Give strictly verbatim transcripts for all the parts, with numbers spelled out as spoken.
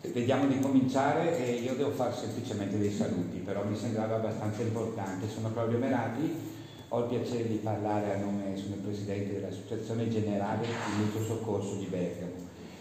Vediamo di cominciare e io devo fare semplicemente dei saluti, però mi sembrava abbastanza importante. Sono Claudio Merati, ho il piacere di parlare a nome, sono il presidente dell'Associazione Generale di Mutuo Soccorso di Bergamo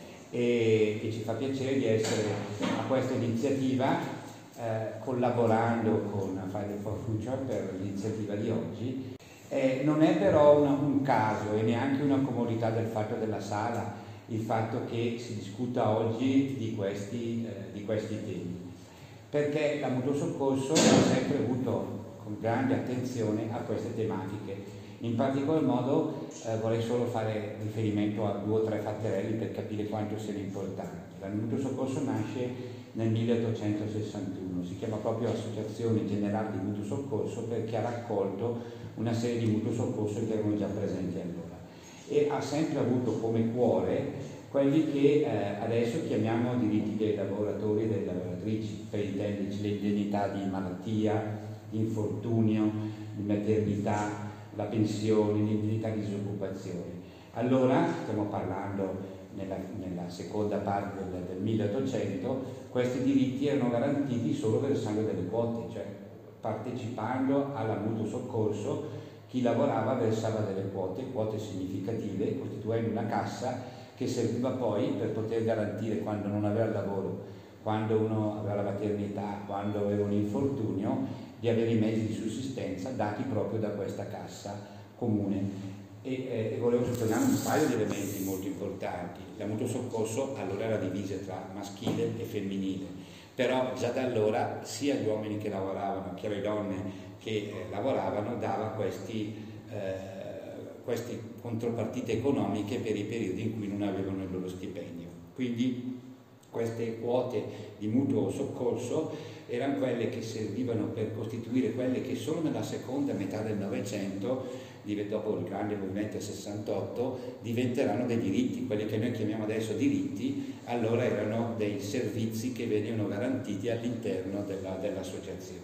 e, e ci fa piacere di essere a questa iniziativa eh, collaborando con Friday for Future per l'iniziativa di oggi. Eh, non è però una, un caso e neanche una comodità del fatto della sala il fatto che si discuta oggi di questi, eh, di questi temi, perché la Mutuo Soccorso ha sempre avuto con grande attenzione a queste tematiche. In particolar modo eh, vorrei solo fare riferimento a due o tre fatterelli per capire quanto siano importanti. La Mutuo Soccorso nasce nel milleottocentosessantuno, si chiama proprio Associazione Generale di Mutuo Soccorso perché ha raccolto una serie di mutuo soccorso che erano già presenti allora e ha sempre avuto come cuore quelli che eh, adesso chiamiamo diritti dei lavoratori e delle lavoratrici, per intenderci le indennità di malattia, di infortunio, di maternità, la pensione, l'indennità di disoccupazione. Allora, stiamo parlando nella, nella seconda parte del, del milleottocento, questi diritti erano garantiti solo versando delle quote, cioè partecipando alla mutuo soccorso chi lavorava versava delle quote, quote significative, costituendo una cassa che serviva poi per poter garantire quando non aveva lavoro, quando uno aveva la maternità, quando aveva un infortunio, di avere i mezzi di sussistenza dati proprio da questa cassa comune. E, eh, e volevo sottolineare un paio di elementi molto importanti. La mutuo soccorso allora era divisa tra maschile e femminile, però già da allora sia gli uomini che lavoravano che le donne che eh, lavoravano dava questi, eh, queste contropartite economiche per i periodi in cui non avevano il loro stipendio. Quindi queste quote di mutuo soccorso erano quelle che servivano per costituire quelle che solo nella seconda metà del Novecento, dopo il grande movimento del sessantotto, diventeranno dei diritti. Quelli che noi chiamiamo adesso diritti allora erano dei servizi che venivano garantiti all'interno della, dell'associazione.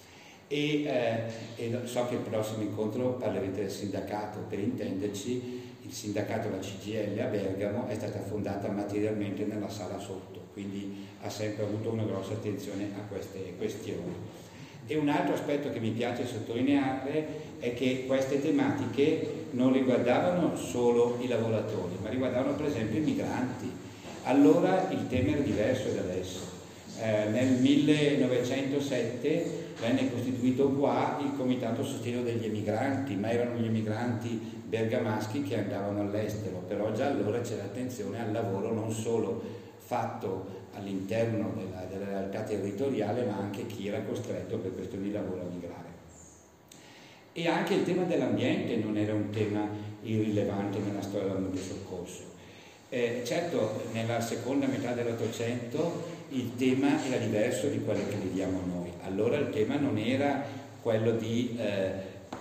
E, eh, e so che il prossimo incontro parlerete del sindacato, per intenderci il sindacato, la C G I L a Bergamo, è stata fondata materialmente nella sala sotto, quindi ha sempre avuto una grossa attenzione a queste questioni. E un altro aspetto che mi piace sottolineare è che queste tematiche non riguardavano solo i lavoratori, ma riguardavano per esempio i migranti. Allora il tema era diverso da adesso. Eh, nel millenovecentosette venne costituito qua il Comitato Sostegno degli Emigranti, ma erano gli emigranti bergamaschi che andavano all'estero, però già allora c'era attenzione al lavoro non solo fatto all'interno della, della realtà territoriale, ma anche chi era costretto per questioni di lavoro a migrare. E anche il tema dell'ambiente non era un tema irrilevante nella storia del mutuo soccorso. Eh, certo, nella seconda metà dell'Ottocento il tema era diverso di quello che viviamo noi. Allora il tema non era quello di eh,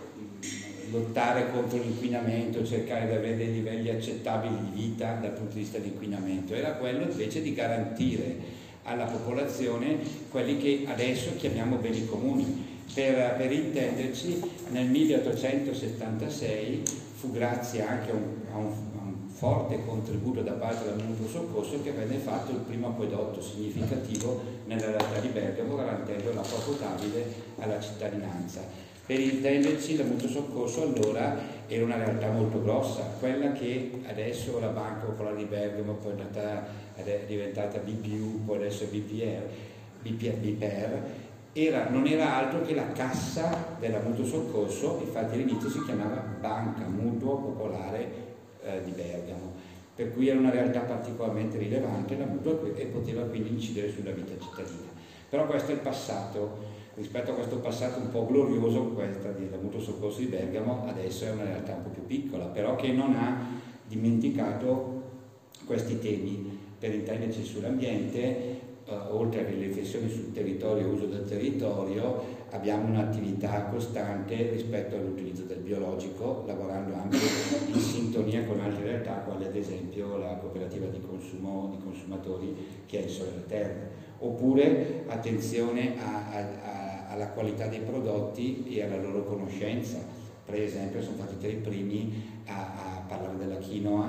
lottare contro l'inquinamento, cercare di avere dei livelli accettabili di vita dal punto di vista dell'inquinamento, era quello invece di garantire alla popolazione quelli che adesso chiamiamo beni comuni. Per, per intenderci, nel milleottocentosettantasei fu grazie anche a un, a un, a un forte contributo da parte del mutuo soccorso che venne fatto il primo acquedotto significativo nella realtà di Bergamo, garantendo l'acqua potabile alla cittadinanza. Per intenderci, il mutuo soccorso allora era una realtà molto grossa, quella che adesso la Banca Popolare di Bergamo poi è diventata B P U, poi adesso è B P R, B P R, Era, non era altro che la cassa della mutuo soccorso, infatti all'inizio si chiamava Banca Mutuo Popolare eh, di Bergamo, per cui era una realtà particolarmente rilevante la mutuo e poteva quindi incidere sulla vita cittadina. Però questo è il passato. Rispetto a questo passato un po' glorioso, questa del mutuo soccorso di Bergamo adesso è una realtà un po' più piccola, però che non ha dimenticato questi temi. Per intenderci sull'ambiente, Uh, oltre alle riflessioni sul territorio e uso del territorio, abbiamo un'attività costante rispetto all'utilizzo del biologico, lavorando anche in sintonia con altre realtà, quale ad esempio la cooperativa di consumo di consumatori che è il Sole della Terra, oppure attenzione a, a, a, alla qualità dei prodotti e alla loro conoscenza. Per esempio sono stati tra i primi a, a parlare della quinoa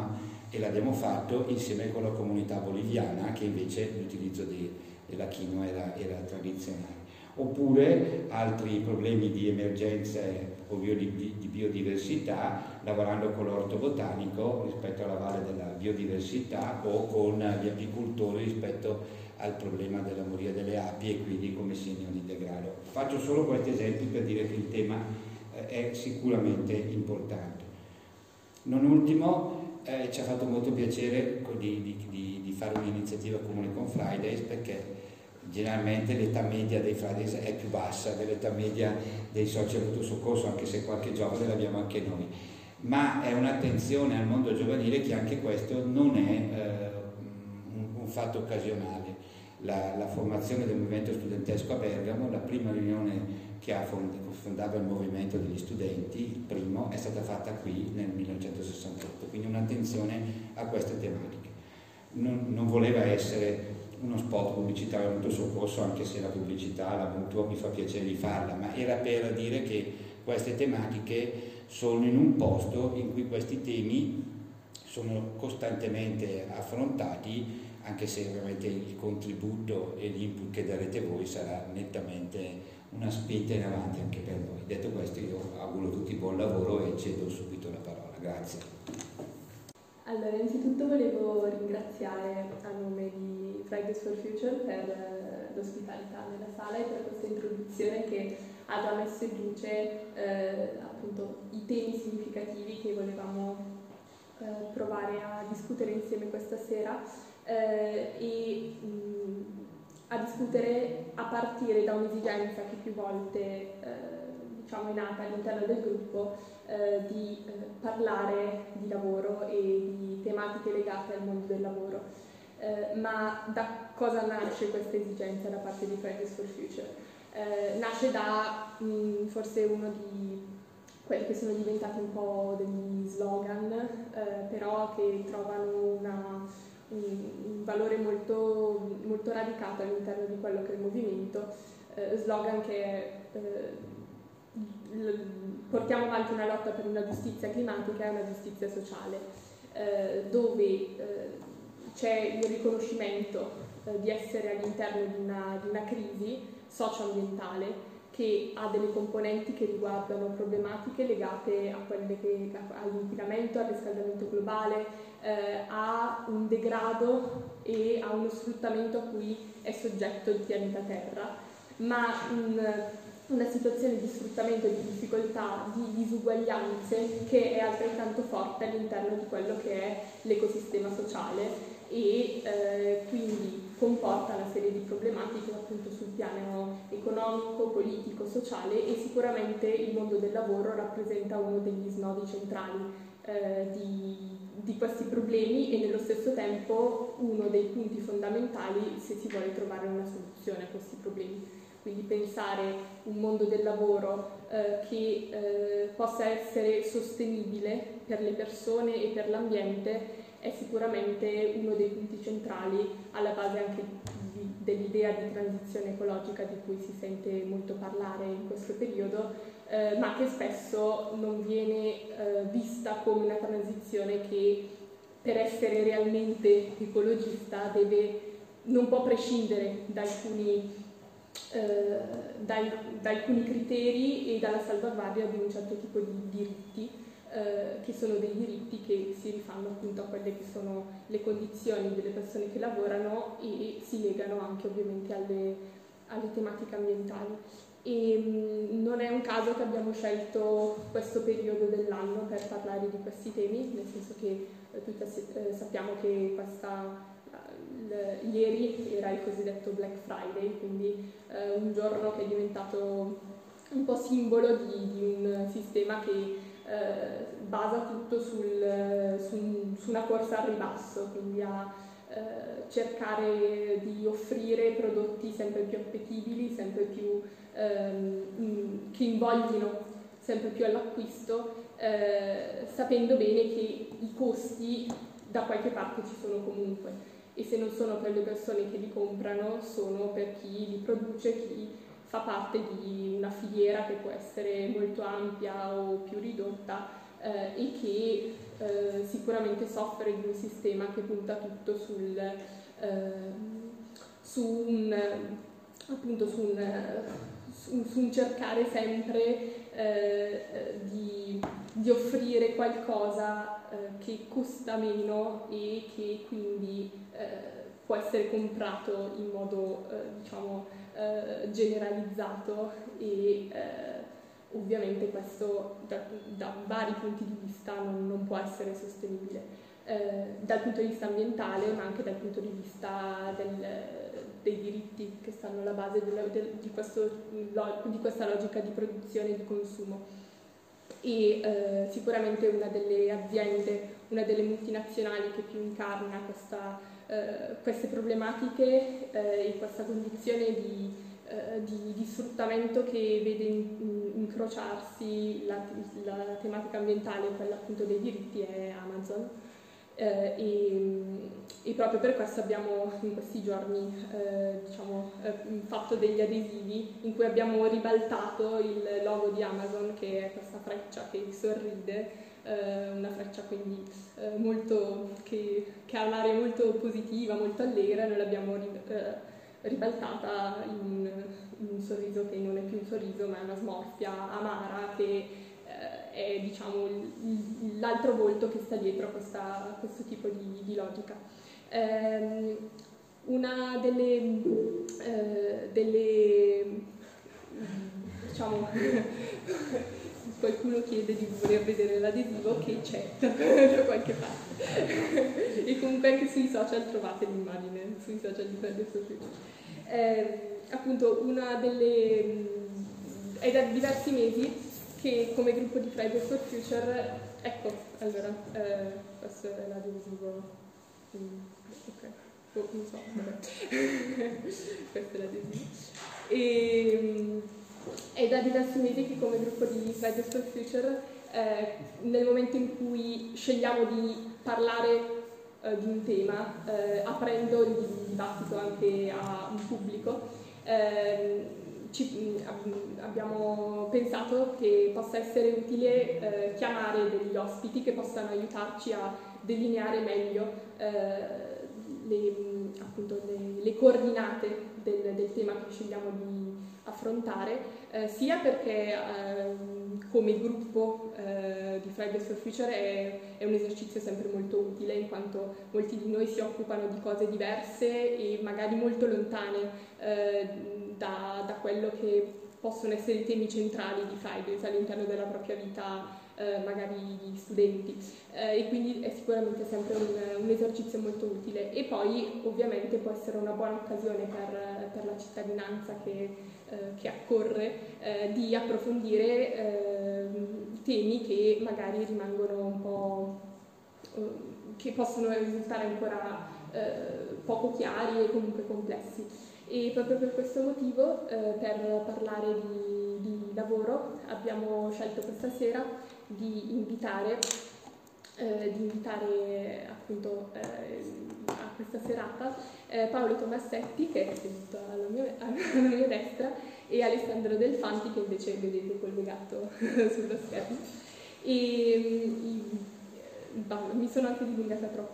e l'abbiamo fatto insieme con la comunità boliviana, che invece l'utilizzo de, della quinoa era, era tradizionale. Oppure altri problemi di emergenze o di, di biodiversità, lavorando con l'orto botanico rispetto alla valle della biodiversità o con gli apicoltori rispetto al problema della moria delle api e quindi come segno di degrado. Faccio solo questi esempi per dire che il tema eh, è sicuramente importante. Non ultimo, eh, ci ha fatto molto piacere di, di, di, di fare un'iniziativa comune con Fridays, perché generalmente l'età media dei Fridays è più bassa dell'età media dei soci al mutuo soccorso, anche se qualche giovane l'abbiamo anche noi, ma è un'attenzione al mondo giovanile che anche questo non è eh, un, un fatto occasionale. La, la formazione del movimento studentesco a Bergamo, la prima riunione che ha fondato il movimento degli studenti, il primo, è stata fatta qui nel millenovecentosessantotto, quindi un'attenzione a queste tematiche. Non, non voleva essere uno spot pubblicitario al mutuo soccorso, anche se la pubblicità, la mutuo mi fa piacere di farla, ma era per dire che queste tematiche sono in un posto in cui questi temi sono costantemente affrontati, anche se ovviamente il contributo e l'input che darete voi sarà nettamente una spinta in avanti anche per noi. Detto questo, io auguro a tutti buon lavoro e cedo subito la parola. Grazie. Allora, innanzitutto volevo ringraziare a nome di Fridays for Future per l'ospitalità nella sala e per questa introduzione che ha già messo in luce eh, appunto i temi significativi che volevamo eh, provare a discutere insieme questa sera eh, e mh, a discutere a partire da un'esigenza che più volte eh, diciamo è nata all'interno del gruppo eh, di eh, parlare di lavoro e di tematiche legate al mondo del lavoro. Eh, ma da cosa nasce questa esigenza da parte di Fridays for Future? Eh, nasce da mh, forse uno di quelli che sono diventati un po' degli slogan, eh, però che trovano una, un, un valore molto, molto radicato all'interno di quello che è il movimento, eh, slogan che è eh, portiamo avanti una lotta per una giustizia climatica e una giustizia sociale, eh, dove eh, c'è il riconoscimento eh, di essere all'interno di una, di una crisi socioambientale che ha delle componenti che riguardano problematiche legate a quelle che, all'inquinamento, al riscaldamento globale, eh, a un degrado e a uno sfruttamento a cui è soggetto il pianeta Terra, ma un una situazione di sfruttamento, di difficoltà, di disuguaglianze che è altrettanto forte all'interno di quello che è l'ecosistema sociale e eh, quindi comporta una serie di problematiche appunto sul piano economico, politico, sociale e sicuramente il mondo del lavoro rappresenta uno degli snodi centrali eh, di, di questi problemi e nello stesso tempo uno dei punti fondamentali se si vuole trovare una soluzione a questi problemi. Quindi pensare un mondo del lavoro eh, che eh, possa essere sostenibile per le persone e per l'ambiente è sicuramente uno dei punti centrali alla base anche di, dell'idea di transizione ecologica di cui si sente molto parlare in questo periodo, eh, ma che spesso non viene eh, vista come una transizione che per essere realmente ecologista deve, non può prescindere da alcuni Eh, da, da alcuni criteri e dalla salvaguardia di un certo tipo di diritti eh, che sono dei diritti che si rifanno appunto a quelle che sono le condizioni delle persone che lavorano e si legano anche ovviamente alle, alle tematiche ambientali. E mh, non è un caso che abbiamo scelto questo periodo dell'anno per parlare di questi temi, nel senso che eh, tutti eh, sappiamo che questa ieri era il cosiddetto Black Friday, quindi eh, un giorno che è diventato un po' simbolo di, di un sistema che eh, basa tutto sul, su, su una corsa al ribasso, quindi a eh, cercare di offrire prodotti sempre più appetibili, sempre più ehm, che invoglino sempre più all'acquisto, eh, sapendo bene che i costi da qualche parte ci sono comunque. E se non sono per le persone che li comprano, sono per chi li produce, chi fa parte di una filiera che può essere molto ampia o più ridotta, eh, e che eh, sicuramente soffre di un sistema che punta tutto sul, eh, su un, appunto su un, su, su un cercare sempre eh, di, di offrire qualcosa eh, che costa meno e che quindi eh, può essere comprato in modo eh, diciamo eh, generalizzato e eh, ovviamente questo da, da vari punti di vista non, non può essere sostenibile, eh, dal punto di vista ambientale ma anche dal punto di vista del, dei diritti che stanno alla base del, del, di, questo, di questa logica di produzione e di consumo. E eh, sicuramente una delle aziende, una delle multinazionali che più incarna questa, eh, queste problematiche eh, e questa condizione di Di, di sfruttamento che vede in, in, incrociarsi la, la tematica ambientale e quella appunto dei diritti è Amazon eh, e, e proprio per questo abbiamo in questi giorni eh, diciamo, eh, fatto degli adesivi in cui abbiamo ribaltato il logo di Amazon, che è questa freccia che sorride, eh, una freccia quindi eh, molto, che, che ha un'aria molto positiva, molto allegra, noi l'abbiamo eh, ribaltata in, in un sorriso che non è più un sorriso ma è una smorfia amara che eh, è diciamo l'altro volto che sta dietro a questa, questo tipo di, di logica. Eh, una delle, eh, delle diciamo qualcuno chiede di voler vedere l'adesivo che c'è da qualche parte e comunque anche sui social trovate l'immagine, sui social di Fridays for Future. Eh, appunto una delle è da diversi mesi che come gruppo di Fridays for Future, ecco, allora eh, questo è l'adesivo, mm, ok, oh, non so, vabbè. Questo è l'adesivo e è da diversi mesi che come gruppo di Fridays for Future eh, nel momento in cui scegliamo di parlare eh, di un tema, eh, aprendo il dibattito anche a un pubblico, eh, ci, abbiamo pensato che possa essere utile eh, chiamare degli ospiti che possano aiutarci a delineare meglio eh, le, appunto, le, le coordinate del, del tema che scegliamo di affrontare, eh, sia perché eh, come gruppo eh, di Fridays for Future è, è un esercizio sempre molto utile, in quanto molti di noi si occupano di cose diverse e magari molto lontane eh, da, da quello che possono essere i temi centrali di Fridays all'interno della propria vita, eh, magari di studenti, eh, e quindi è sicuramente sempre un, un esercizio molto utile. E poi ovviamente può essere una buona occasione per, per la cittadinanza che che accorre eh, di approfondire eh, temi che magari rimangono un po' eh, che possono risultare ancora eh, poco chiari e comunque complessi. E proprio per questo motivo, eh, per parlare di, di lavoro, abbiamo scelto questa sera di invitare Eh, di invitare appunto eh, a questa serata eh, Paolo Tomassetti, che è seduto alla mia, alla mia destra, e Alessandro Delfanti, che invece vedete collegato sullo schermo. E, i, bah, mi sono anche dilungata troppo.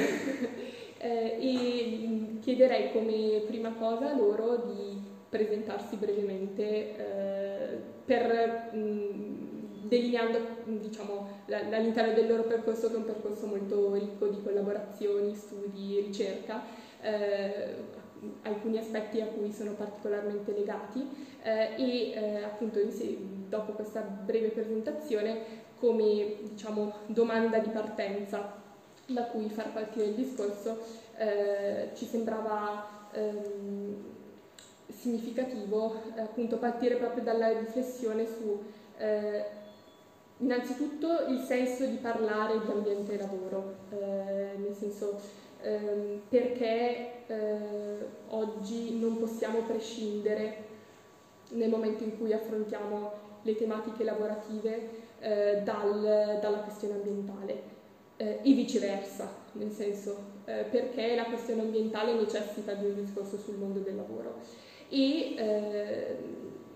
eh, e chiederei come prima cosa loro di presentarsi brevemente eh, per mh, delineando diciamo, all'interno del loro percorso, che è un percorso molto ricco di collaborazioni, studi, ricerca, eh, alcuni aspetti a cui sono particolarmente legati eh, e eh, appunto dopo questa breve presentazione come diciamo, domanda di partenza da cui far partire il discorso eh, ci sembrava ehm, significativo eh, appunto partire proprio dalla riflessione su eh, innanzitutto il senso di parlare di ambiente e lavoro, eh, nel senso ehm, perché eh, oggi non possiamo prescindere nel momento in cui affrontiamo le tematiche lavorative eh, dal, dalla questione ambientale eh, e viceversa, nel senso eh, perché la questione ambientale necessita di un discorso sul mondo del lavoro. E eh,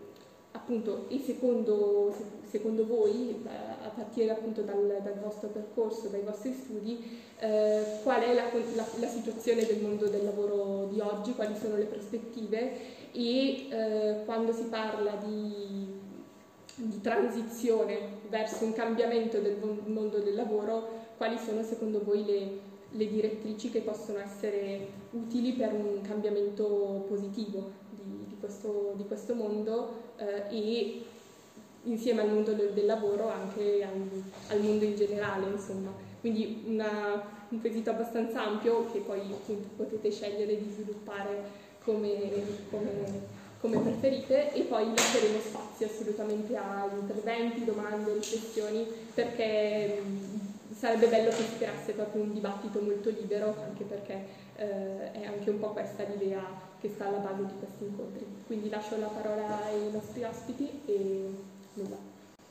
appunto, e secondo, secondo voi, a partire appunto dal, dal vostro percorso, dai vostri studi, eh, qual è la, la, la situazione del mondo del lavoro di oggi, quali sono le prospettive e eh, quando si parla di, di transizione verso un cambiamento del mondo del lavoro, quali sono secondo voi le, le direttrici che possono essere utili per un cambiamento positivo di, di, questo, di questo mondo eh, e insieme al mondo del, del lavoro anche al, al mondo in generale, insomma. Quindi una, un quesito abbastanza ampio che poi appunto potete scegliere di sviluppare come, come, come preferite, e poi lasceremo spazio assolutamente agli interventi, domande, riflessioni, perché mh, sarebbe bello che si creasse proprio un dibattito molto libero, anche perché eh, è anche un po' questa l'idea che sta alla base di questi incontri. Quindi lascio la parola ai nostri ospiti e nulla.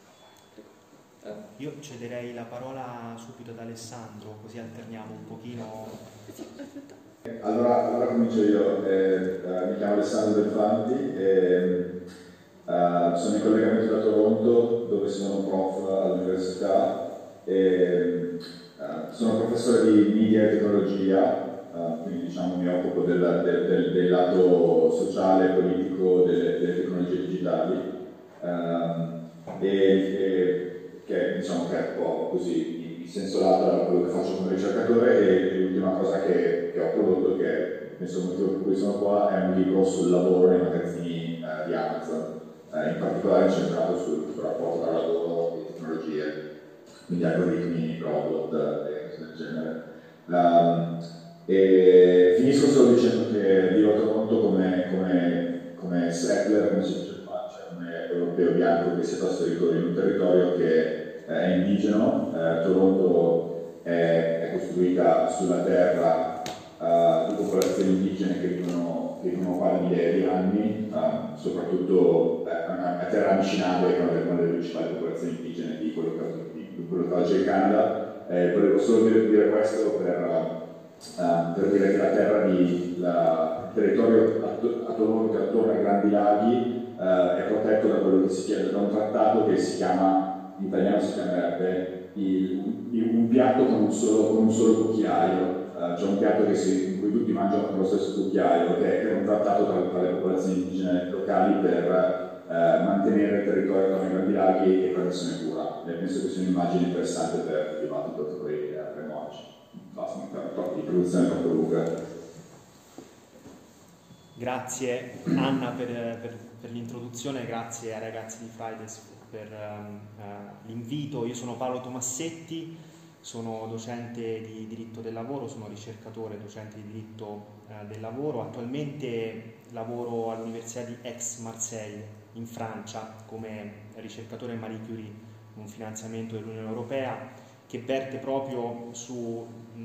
Io cederei la parola subito ad Alessandro, così alterniamo un pochino. Sì, aspetta. Allora, allora comincio io. Eh, eh, mi chiamo Alessandro Delfanti e eh, sono in collegamento da Toronto, dove sono prof all'università e eh, sono professore di media e tecnologia, eh, quindi diciamo mi occupo del, del, del, del lato sociale e politico delle, delle tecnologie digitali. Eh, e, e che diciamo che è un po' così in senso lato da quello che faccio come ricercatore, e l'ultima cosa che, che ho prodotto, che penso il motivo per cui sono qua, è un libro sul lavoro nei magazzini eh, di Amazon, eh, in particolare incentrato sul, sul rapporto tra lavoro e tecnologie, quindi algoritmi, robot e cose del genere. Um, e finisco solo dicendo che vivo a Toronto come, come, come settler, come si dice qua, cioè come europeo bianco che si è trasferito in un territorio che è indigeno. eh, Toronto è, è costruita sulla terra uh, di popolazioni indigene che vivono, che vivono qua da migliaia di anni, uh, soprattutto eh, a terra Anishinaabe, che è una delle, una delle principali popolazioni indigene di quello che, di quello che oggi è il Canada. Eh, volevo solo dire, dire questo per, uh, per dire che la terra di la, il territorio a Toronto, che attorno ai Grandi Laghi, uh, è protetto da quello che si chiama, da un trattato che si chiama, in italiano si chiamerebbe il, il, un piatto con un solo, con un solo cucchiaio, uh, cioè un piatto che si, in cui tutti mangiano con lo stesso cucchiaio, che è un trattato tra, tra le popolazioni indigene locali per uh, mantenere il territorio con i Grandi Laghi e prendersene cura. E penso che sia un'immagine interessante per il dibattito che poi avremo oggi. Basta, non per troppo di produzione troppo lunga. Grazie Anna per, per, per l'introduzione, grazie ai ragazzi di Fridays per um, uh, l'invito. Io sono Paolo Tomassetti, sono docente di diritto del lavoro, sono ricercatore docente di diritto uh, del lavoro. Attualmente lavoro all'Università di Aix-Marseille in Francia come ricercatore Marie Curie, un finanziamento dell'Unione Europea che verte proprio sul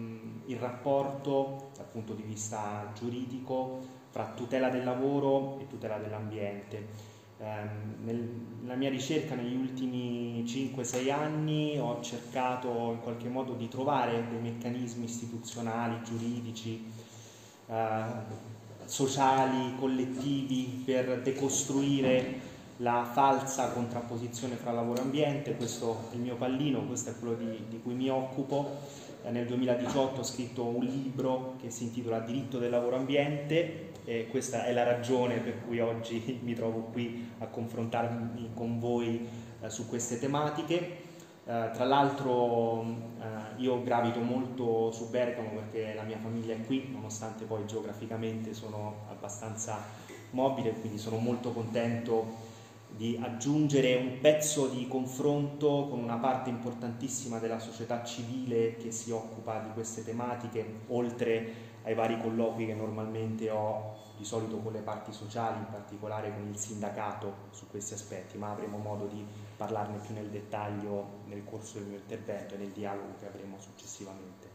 rapporto dal punto di vista giuridico fra tutela del lavoro e tutela dell'ambiente. Nella mia ricerca negli ultimi cinque sei anni ho cercato in qualche modo di trovare dei meccanismi istituzionali, giuridici, eh, sociali, collettivi per decostruire la falsa contrapposizione fra lavoro e ambiente. Questo è il mio pallino, questo è quello di, di cui mi occupo. Nel duemiladiciotto ho scritto un libro che si intitola Diritto del lavoro ambiente, e questa è la ragione per cui oggi mi trovo qui a confrontarmi con voi eh, su queste tematiche. Eh, tra l'altro eh, io gravito molto su Bergamo perché la mia famiglia è qui, nonostante poi geograficamente sono abbastanza mobile, quindi sono molto contento di aggiungere un pezzo di confronto con una parte importantissima della società civile che si occupa di queste tematiche, oltre ai vari colloqui che normalmente ho di solito con le parti sociali, in particolare con il sindacato su questi aspetti, ma avremo modo di parlarne più nel dettaglio nel corso del mio intervento e nel dialogo che avremo successivamente.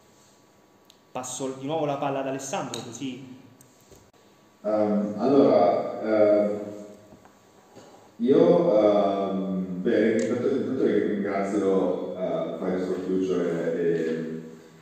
Passo di nuovo la palla ad Alessandro, così... Um, allora... Uh... Io, um, beh, intanto, intanto ringrazio uh, Fridays for Future e, e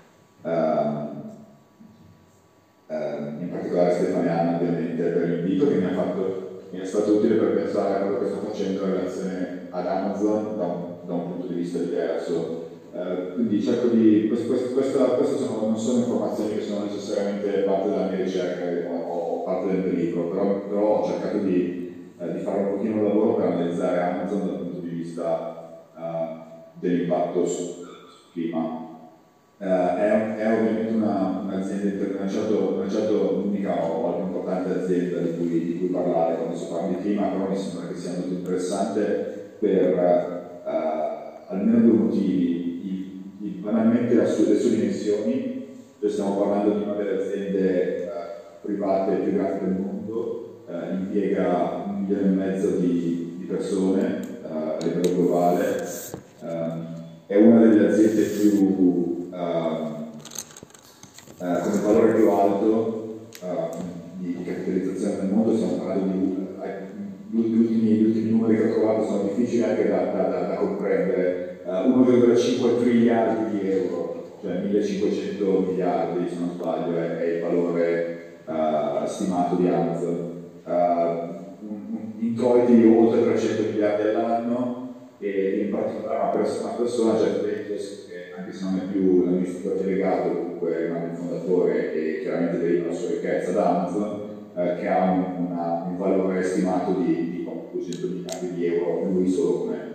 uh, uh, in particolare Stefano e Anna ovviamente per l'invito che mi ha fatto mi è stato utile per pensare a quello che sto facendo in relazione ad Amazon da un, da un punto di vista diverso. Uh, quindi cerco di, quest, quest, questa, queste sono, non sono informazioni che sono necessariamente parte della mia ricerca o, o parte del mio libro, però, però ho cercato di, uh, di fare un pochino un lavoro per analizzare Amazon dal punto di vista uh, dell'impatto sul, sul clima. Uh, è, è ovviamente un'azienda, una, un certo, una certo unica o qualche importante azienda di cui, di cui parlare quando si parla di clima, però mi sembra che sia molto interessante per uh, almeno due motivi. Banalmente le sue, le sue dimensioni, cioè stiamo parlando di una delle aziende eh, private più grandi del mondo, eh, impiega un milione e mezzo di, di persone eh, a livello globale, eh, è una delle aziende più eh, eh, con il valore più alto eh, di capitalizzazione del mondo. Stiamo parlando di eh, gli, ultimi, gli ultimi numeri che ho trovato sono difficili anche da, da, da, da comprendere. Uh, uno virgola cinque triliardi di euro, cioè millecinquecento miliardi se non sbaglio è, è il valore uh, stimato di Amazon, uh, introiti di oltre trecento miliardi all'anno, e in particolare una persona, Jeff Bezos, che anche se non è più l'amministratore delegato, comunque rimane il fondatore e chiaramente deriva la sua ricchezza da Amazon, uh, che ha un, una, un valore stimato di, di duecento miliardi di euro, lui solo come.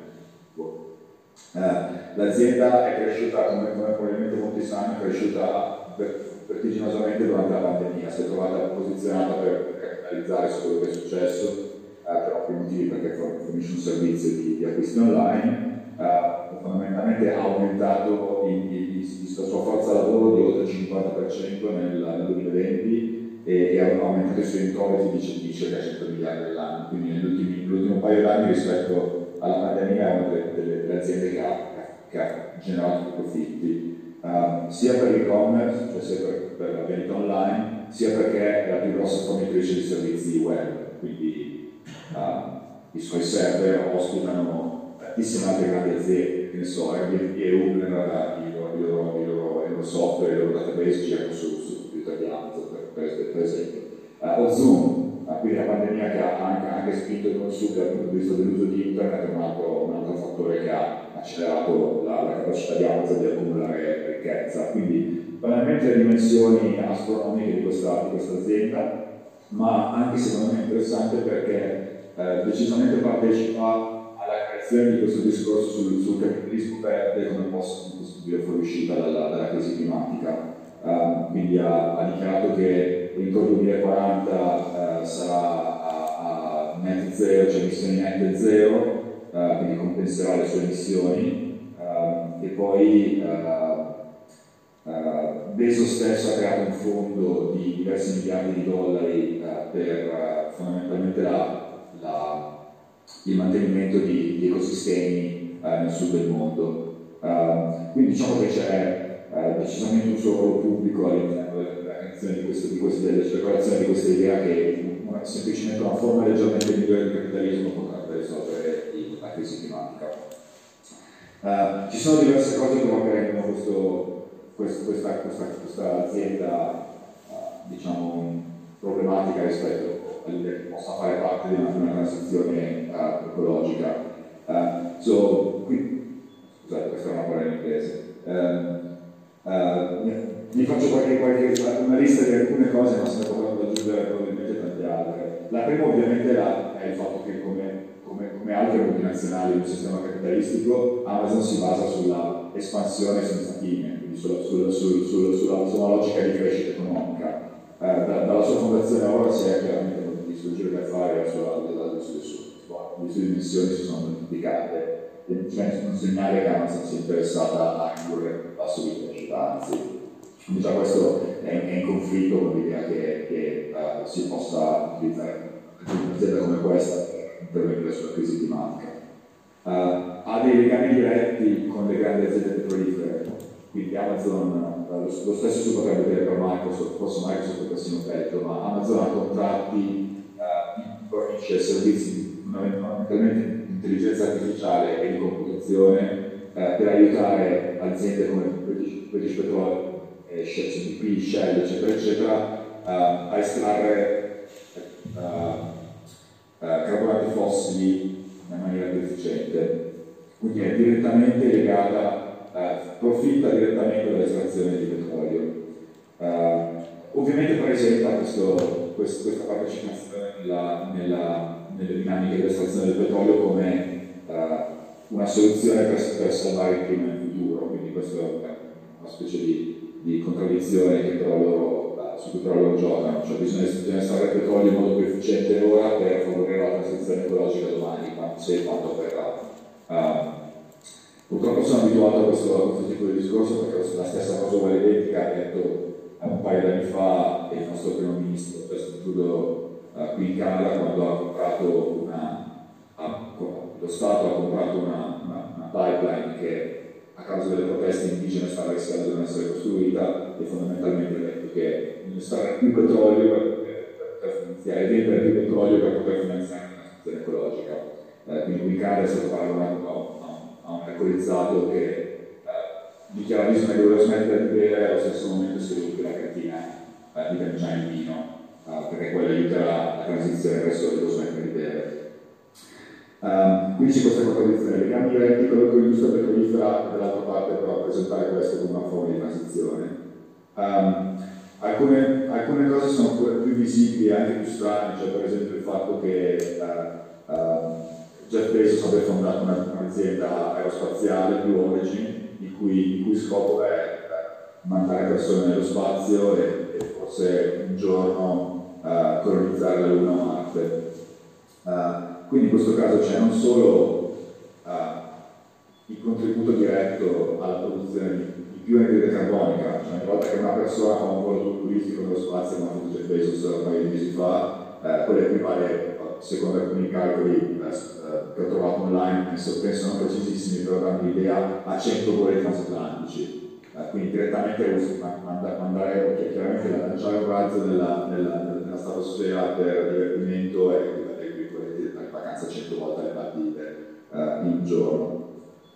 Uh, l'azienda è cresciuta, come, come probabilmente molti sanno, è cresciuta vertiginosamente durante la pandemia, si è trovata posizionata per capitalizzare su quello che è successo, uh, per ovvi motivi, perché fornisce un servizio di, di acquisti online, uh, fondamentalmente ha aumentato il, il, il, la sua forza lavoro di oltre il cinquanta per cento nel, nel duemilaventi e, e ha aumentato i suoi introiti di, di circa cento miliardi all'anno, quindi nell'ultimo paio d'anni rispetto alla pandemia è una delle, delle, delle aziende che ha, che ha generato più profitti, uh, sia per l'e-commerce, cioè sia per, per la vendita online, sia perché è la più grossa fornitrice di servizi web, quindi uh, i suoi server ospitano tantissime altre grandi aziende, che ne so, Airbnb e Uber, i loro, i loro, i loro, i loro software, i loro database girano su, su computer di Amazon, per, per, per esempio. Uh, o Zoom, quindi la pandemia che ha anche, anche spinto il consumo dal punto di vista dell'uso di internet è un altro, un altro fattore che ha accelerato la, la capacità di Amazon di accumulare ricchezza. Quindi banalmente le dimensioni astronomiche di questa, di questa azienda, ma anche secondo me interessante perché eh, decisamente partecipa alla creazione di questo discorso sul, sul capitalismo verde come posto possibile fuoriuscita dalla, dalla crisi climatica. Uh, quindi ha, ha dichiarato che entro il duemilaquaranta uh, sarà a, a net zero, cioè emissioni nette zero, uh, quindi compenserà le sue emissioni, uh, e poi uh, uh, Bezos stesso ha creato un fondo di diversi miliardi di dollari uh, per uh, fondamentalmente la, la, il mantenimento di, di ecosistemi uh, nel sud del mondo. Uh, quindi diciamo che c'è Uh, decisamente un suo ruolo pubblico all'interno della creazione di queste, di queste, della circolazione di questa idea che una, semplicemente una forma leggermente migliore di capitalismo potrebbe risolvere la crisi climatica. Uh, ci sono diverse cose che però rendono questo, questo, questa, questa, questa azienda uh, diciamo problematica rispetto all'idea che possa fare parte di una, di una transizione uh, ecologica. Uh, so, qui, scusate, questa è una parola in inglese. Uh, Uh, vi faccio qualche, qualche, una lista di alcune cose, ma se ne potranno aggiungere probabilmente tante altre. La prima ovviamente è il fatto che come, come, come altre multinazionali del sistema capitalistico, Amazon si basa sulla espansione senza fine, quindi sulla, sulla, sulla, sulla, sulla, sulla logica di crescita economica. Uh, da, dalla sua fondazione a ora si è chiaramente visto il giro da fare, le sue dimensioni si sono moltiplicate. Cioè, un segnale che Amazon sia interessata a ridurre il tasso di crescita, anzi, già questo è, è in conflitto con l'idea che, che uh, si possa utilizzare un'azienda come questa per intervenire sulla crisi climatica. Uh, ha dei legami diretti con le grandi aziende petrolifere, quindi Amazon, uh, lo, lo stesso si potrebbe dire per Microsoft, forse Microsoft è persino peggio, ma Amazon ha contratti, uh, fornisce servizi fondamentalmente intelligenza artificiale e di computazione eh, per aiutare aziende come British, British Petroleum, eh, C D P, Shell, eccetera, eccetera, eh, a estrarre eh, eh, costi in maniera più efficiente. Quindi è direttamente legata, eh, profitta direttamente dall'estrazione di petrolio. Eh, ovviamente presenta questo, questo, questa partecipazione nella, nella, nelle dinamiche dell'estrazione del petrolio come eh, una soluzione per, per salvare il clima in futuro, quindi questa è una specie di, di contraddizione che però loro, su cui però loro giocano, cioè bisogna, bisogna estrarre il petrolio in modo più efficiente ora per favorire la transizione ecologica domani, quando se quando avverrà. Uh, purtroppo sono abituato a questo, a questo tipo di discorso perché la stessa cosa uguale identica ha detto un paio di anni fa il nostro primo ministro Justin Trudeau uh, qui in Canada quando ha comprato una, ha, lo Stato ha comprato una, una, una pipeline che a causa delle proteste indigene stava rischiando di non essere costruita e fondamentalmente ha detto che bisogna estrarre più petrolio per, per, per finanziare, vendere più petrolio per poter finanziare la transizione ecologica. Eh, quindi qui in Canada è stato paragonato a un alcolizzato che eh, dichiara di dover smettere di bere e allo stesso momento si vede che la cantina eh, di cangiare il vino eh, perché quello aiuterà la transizione verso il smettere di bere. Um, quindi c'è questa contraddizione, legami diretti con l'industria petrolifera e dall'altra parte però presentare questo come una forma di transizione. Um, alcune, alcune cose sono più visibili e anche più strane, cioè per esempio il fatto che uh, uh, Jeff Bezos abbia fondato un'azienda aerospaziale, Blue Origin, il cui, il cui scopo è mandare persone nello spazio e, e forse un giorno uh, colonizzare la Luna o Marte. Uh, quindi in questo caso c'è non solo uh, il contributo diretto alla produzione di, di più anidride carbonica, cioè ogni volta che una persona fa un volo turistico nello spazio, come ha fatto Jeff Bezos un paio di mesi fa, uh, quello equivale, secondo alcuni calcoli uh, che ho trovato online, penso, penso non precisissimi, però danno l'idea, a cento voli transatlantici. Uh, quindi direttamente mandare, mandare chiaramente lanciare un razzo nella, nella, nella stratosfera per divertimento e vacanza cento volte alle partite uh, in un giorno.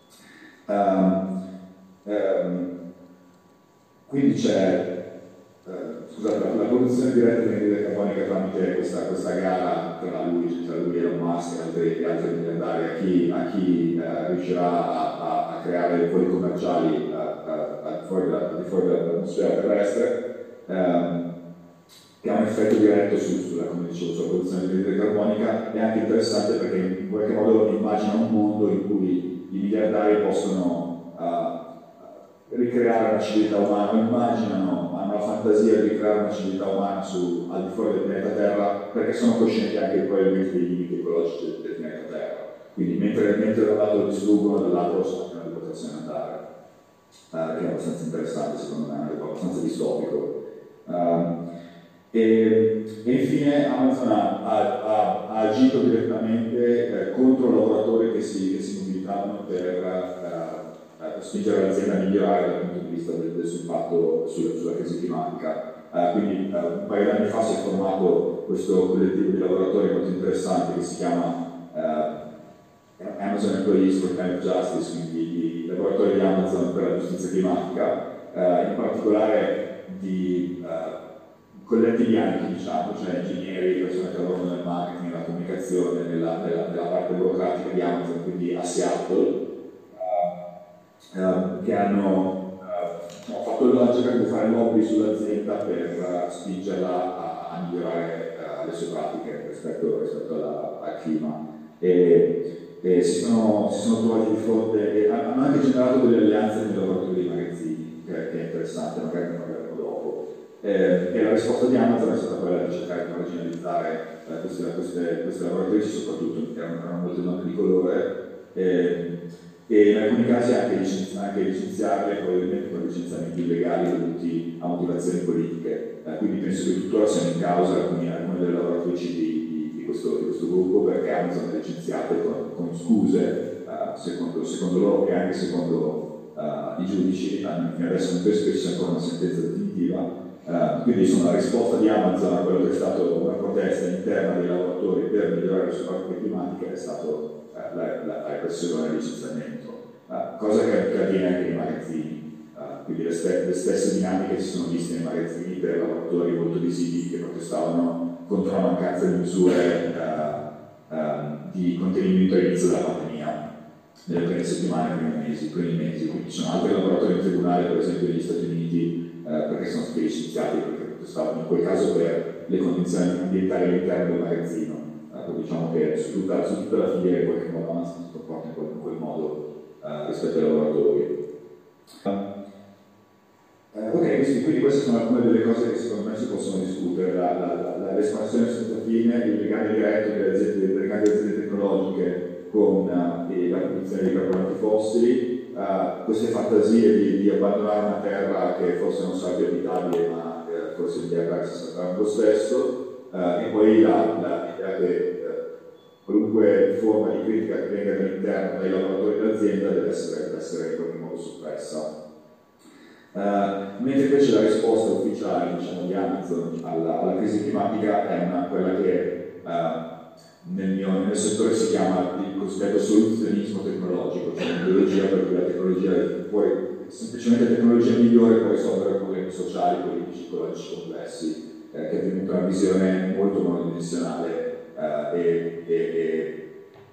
Um, um, quindi c'è uh, scusate, la, la produzione diretta di anidride carbonica tramite questa, questa gara tra lui, tra lui Elon Musk e altri, altri miliardari a chi, a chi uh, riuscirà a, a, a creare voli commerciali uh, uh, al di fuori dell'atmosfera terrestre. Um, che ha un effetto diretto su, sulla, come dicevo, sulla produzione di anidride carbonica. È anche interessante perché in qualche modo immagina un mondo in cui i miliardari possono uh, ricreare una civiltà umana, immaginano, hanno la fantasia di ricreare una civiltà umana su, al di fuori del pianeta Terra perché sono coscienti anche probabilmente dei limiti ecologici del, del pianeta Terra. Quindi mentre, mentre da un lato lo distruggono, dall'altro sanno di potersene andare, uh, che è abbastanza interessante secondo me, è abbastanza distopico. Um, E, e infine Amazon ha, ha, ha agito direttamente eh, contro lavoratori che si, che si mobilitavano per, eh, per spingere l'azienda a migliorare dal punto di vista del, del suo impatto sulla, sulla crisi climatica. Eh, quindi eh, un paio di anni fa si è formato questo collettivo di lavoratori molto interessante che si chiama eh, Amazon Employees for Climate Justice, quindi i lavoratori di Amazon per la giustizia climatica, eh, in particolare di eh, colletti bianchi, diciamo, cioè ingegneri, persone che lavorano nel marketing, nella comunicazione, nella, nella, nella parte burocratica di Amazon, quindi a Seattle, uh, uh, che hanno uh, fatto il logica di fare lobby sull'azienda per uh, spingerla a, a migliorare uh, le sue pratiche rispetto, rispetto alla, al clima. E, e si, sono, si sono trovati di fronte e hanno anche generato delle alleanze nei lavoratori dei magazzini, che, che è interessante, magari ne parleremo dopo. Eh, e la risposta di Amazon è stata quella di cercare di marginalizzare eh, queste, queste, queste lavoratrici, soprattutto perché erano, erano molte donne di colore, eh, e in alcuni casi anche, licenzi, anche licenziarle probabilmente con licenziamenti illegali dovuti a motivazioni politiche. Eh, quindi penso che tuttora siano in causa alcune, alcune delle lavoratrici di, di, di, questo, di questo gruppo perché Amazon le licenziate con, con scuse, eh, secondo, secondo loro e anche secondo eh, i giudici. Adesso non penso che ci sia ancora una sentenza definitiva. Uh, quindi insomma la risposta di Amazon a quello che è stato una protesta interna dei lavoratori per migliorare le sue pratiche climatiche è stato uh, la, la, la repressione e il licenziamento, uh, cosa che, che avviene anche nei magazzini, uh, quindi le, ste le stesse dinamiche si sono viste nei magazzini per lavoratori molto visibili che protestavano contro la mancanza di misure uh, uh, di contenimento all'inizio della pandemia, nelle prime settimane, nei primi mesi, primi mesi. Quindi ci sono altri laboratori in tribunale, per esempio negli Stati Uniti, uh, perché sono stati licenziati, perché protestavano in quel caso per le condizioni ambientali all'interno del magazzino. Uh, diciamo che su tutta, su tutta la filiera in qualche modo avanza si comporta in quel, in quel modo uh, rispetto ai lavoratori. Uh, Eh, ok, quindi, quindi queste sono alcune delle cose che secondo me si possono discutere, la, la, la, l'espansione senza fine, il legame diretto delle aziende, delle grandi aziende tecnologiche con uh, la produzione di carburanti fossili, uh, queste fantasie di, di abbandonare una terra che forse non sarà più abitabile ma eh, forse il diagramma si sarà lo stesso, uh, e poi l'idea che uh, qualunque forma di critica che venga dall'interno dai lavoratori dell'azienda deve essere, deve essere in qualche modo soppressa. Uh, mentre invece la risposta ufficiale, diciamo, di Amazon alla, alla crisi climatica è una, quella che uh, nel mio nel settore si chiama il cosiddetto soluzionismo tecnologico, cioè un'ideologia per cui la tecnologia può, semplicemente la tecnologia migliore può risolvere problemi sociali, politici, ecologici complessi, eh, che è venuta una visione molto monodimensionale uh, e, e, e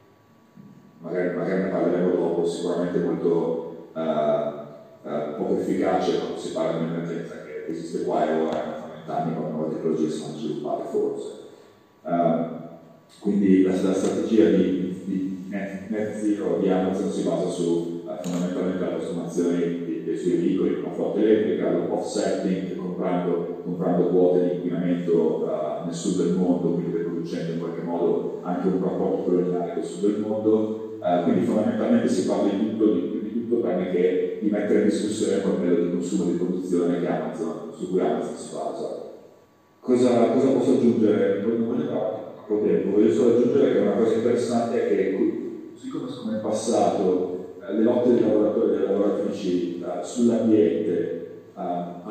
magari, magari ne parleremo dopo, sicuramente molto uh, Uh, poco efficace quando si parla di un'emergenza che esiste qua e ora, fra vent'anni, quando nuove tecnologie sono sviluppate forse. Uh, quindi la, la strategia di, di net, net zero di Amazon si basa su uh, fondamentalmente la consumazione dei, dei suoi veicoli con flotta elettrica, l'offsetting, comprando, comprando quote di inquinamento uh, nel sud del mondo, quindi riproducendo in qualche modo anche un rapporto coloniale col sud del mondo. Uh, quindi fondamentalmente si parla di tutto, di, di tutto tranne che di mettere in discussione il modello di consumo e di produzione che Amazon, su cui Amazon si basa. Cosa, cosa posso aggiungere? Non voglio fare troppo tempo, voglio solo aggiungere che una cosa interessante è che, così come nel passato, eh, le lotte dei lavoratori e delle lavoratrici eh, sull'ambiente eh,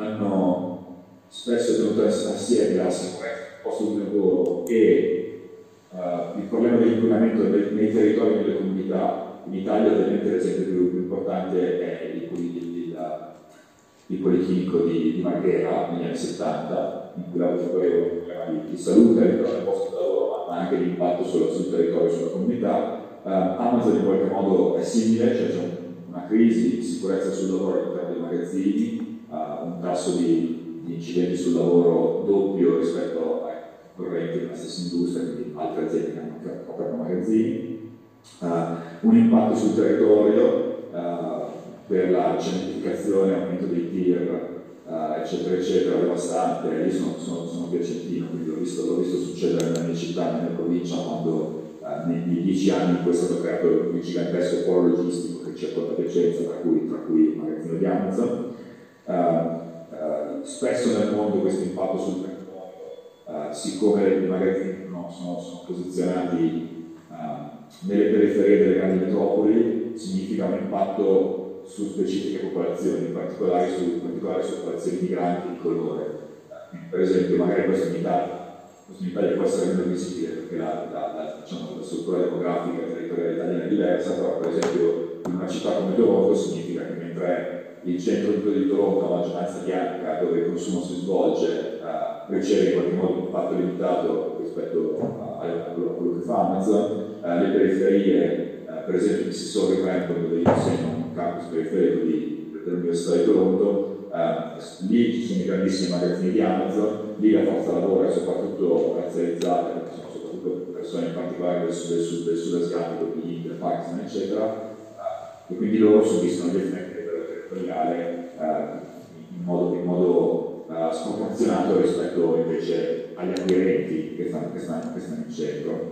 hanno spesso tenuto assieme la sicurezza del posto di lavoro e Uh, il problema dell'inquinamento nei, nei territori e nelle comunità. In Italia ovviamente l'esempio più, più importante è il, il, il, il Policlinico di, di Marghera negli anni settanta, in cui lavorava un problema di, di salute all'interno del posto di lavoro, ma anche di impatto sul, sul territorio e sulla comunità. Uh, Amazon in qualche modo è simile, cioè c'è una crisi di sicurezza sul lavoro all'interno dei magazzini, uh, un tasso di, di incidenti sul lavoro doppio rispetto ai correnti nella stessa industria, quindi altre aziende che hanno aperto magazzini, uh, un impatto sul territorio uh, per la cementificazione, aumento dei tir, uh, eccetera, eccetera, devastante. Io sono, sono, sono piacentino, quindi l'ho visto, l'ho visto succedere nella mia città, nella mia provincia, quando uh, nei, nei dieci anni in cui è stato creato il gigantesco polo logistico che circonda Piacenza, tra cui, tra cui il magazzino di Amazon. Uh, uh, spesso nel mondo questo impatto sul territorio, Uh, siccome i magazzini no, sono, sono posizionati uh, nelle periferie delle grandi metropoli, significa un impatto su specifiche popolazioni, in particolare su, in particolare su popolazioni migranti di colore. Uh, per esempio, magari questo in Italia, questo in Italia può essere meno visibile perché la, la, la, diciamo, la struttura demografica e territoriale italiana è diversa, però per esempio in una città come Toronto significa che mentre il centro di Toronto, la maggioranza bianca, dove il consumo si svolge, uh, riceve in qualche modo un impatto limitato rispetto a, a, quello, a quello che fa Amazon. Uh, le periferie, uh, per esempio Mississauga e Brampton, dove io insegno un campus periferico di, dell'Università di Toronto, uh, lì ci sono i grandissimi magazzini di Amazon, lì la forza lavoro è soprattutto razzializzata, perché sono soprattutto persone in particolare del sud, del sud, del sud asiatico, di India, Pakistan, eccetera, uh, e quindi loro subiscono gli effetti legale uh, in modo, in modo uh, sproporzionato rispetto invece agli acquirenti che stanno, che stanno, che stanno in centro.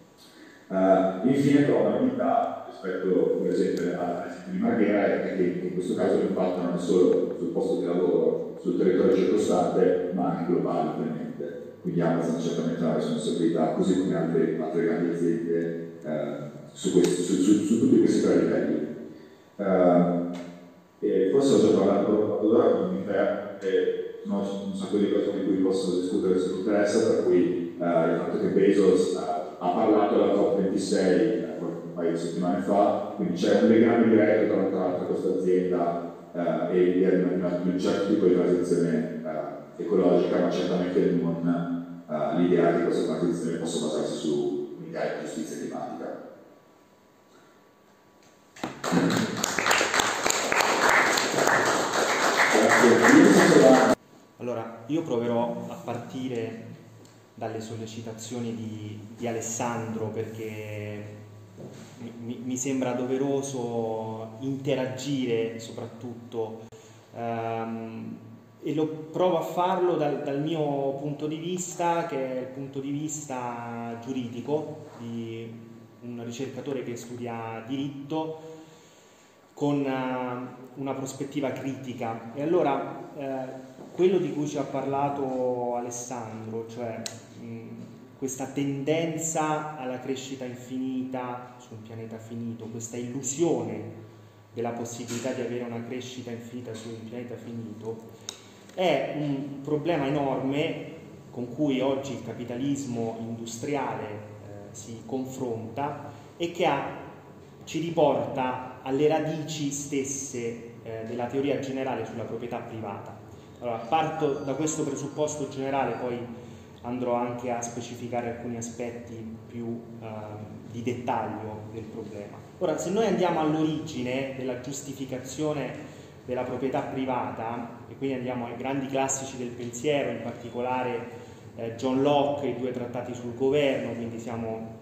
Uh, infine però una novità rispetto per esempio all'esempio di Marghera è che in questo caso l'impatto non è solo sul posto di lavoro, sul territorio circostante, ma anche globale ovviamente. Quindi Amazon certamente ha una responsabilità, così come altre, altre grandi aziende uh, su, questi, su, su, su tutti questi tre livelli. Uh, E forse ho già parlato allora con mi fermo e no, un sacco di cose di cui posso discutere se ti interessa, per cui uh, il fatto che Bezos ha, ha parlato alla COP ventisei uh, un paio di settimane fa, quindi c'è un legame diretto tra l'altro questa azienda uh, e di un certo tipo di transizione uh, ecologica, ma certamente non uh, l'idea che questa transizione possa basarsi su legati alla giustizia climatica. Grazie. Allora, io proverò a partire dalle sollecitazioni di, di Alessandro, perché mi, mi sembra doveroso interagire soprattutto, um, e lo provo a farlo dal, dal mio punto di vista, che è il punto di vista giuridico di un ricercatore che studia diritto con uh, una prospettiva critica. E allora eh, quello di cui ci ha parlato Alessandro, cioè mh, questa tendenza alla crescita infinita su un pianeta finito, questa illusione della possibilità di avere una crescita infinita su un pianeta finito, è un problema enorme con cui oggi il capitalismo industriale eh, si confronta e che ha, ci riporta alle radici stesse eh, della teoria generale sulla proprietà privata. Allora, parto da questo presupposto generale, poi andrò anche a specificare alcuni aspetti più eh, di dettaglio del problema. Ora, se noi andiamo all'origine della giustificazione della proprietà privata, e quindi andiamo ai grandi classici del pensiero, in particolare eh, John Locke, i due trattati sul governo, quindi siamo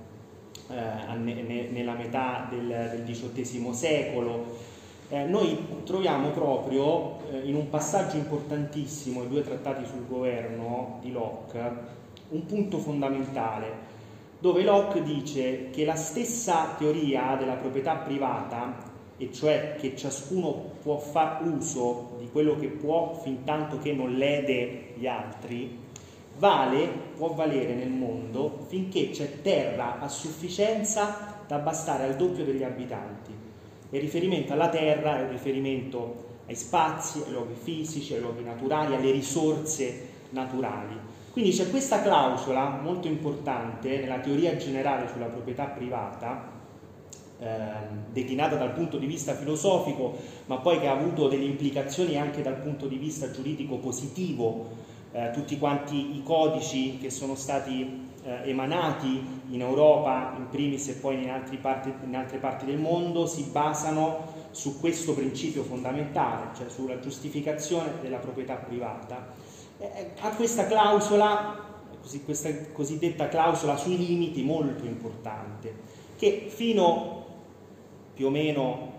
eh, ne, ne, nella metà del, del diciottesimo secolo, Eh, noi troviamo proprio eh, in un passaggio importantissimo, i due trattati sul governo di Locke, un punto fondamentale, dove Locke dice che la stessa teoria della proprietà privata, e cioè che ciascuno può far uso di quello che può fin tanto che non lede gli altri, vale, può valere nel mondo finché c'è terra a sufficienza da bastare al doppio degli abitanti. Il riferimento alla terra è un riferimento ai spazi, ai luoghi fisici, ai luoghi naturali, alle risorse naturali. Quindi c'è questa clausola molto importante nella teoria generale sulla proprietà privata, eh, declinata dal punto di vista filosofico, ma poi che ha avuto delle implicazioni anche dal punto di vista giuridico positivo. Eh, tutti quanti i codici che sono stati eh, emanati in Europa in primis e poi in, altri parti, in altre parti del mondo si basano su questo principio fondamentale, cioè sulla giustificazione della proprietà privata. Eh, ha questa clausola, così, questa cosiddetta clausola sui limiti molto importante, che fino più o meno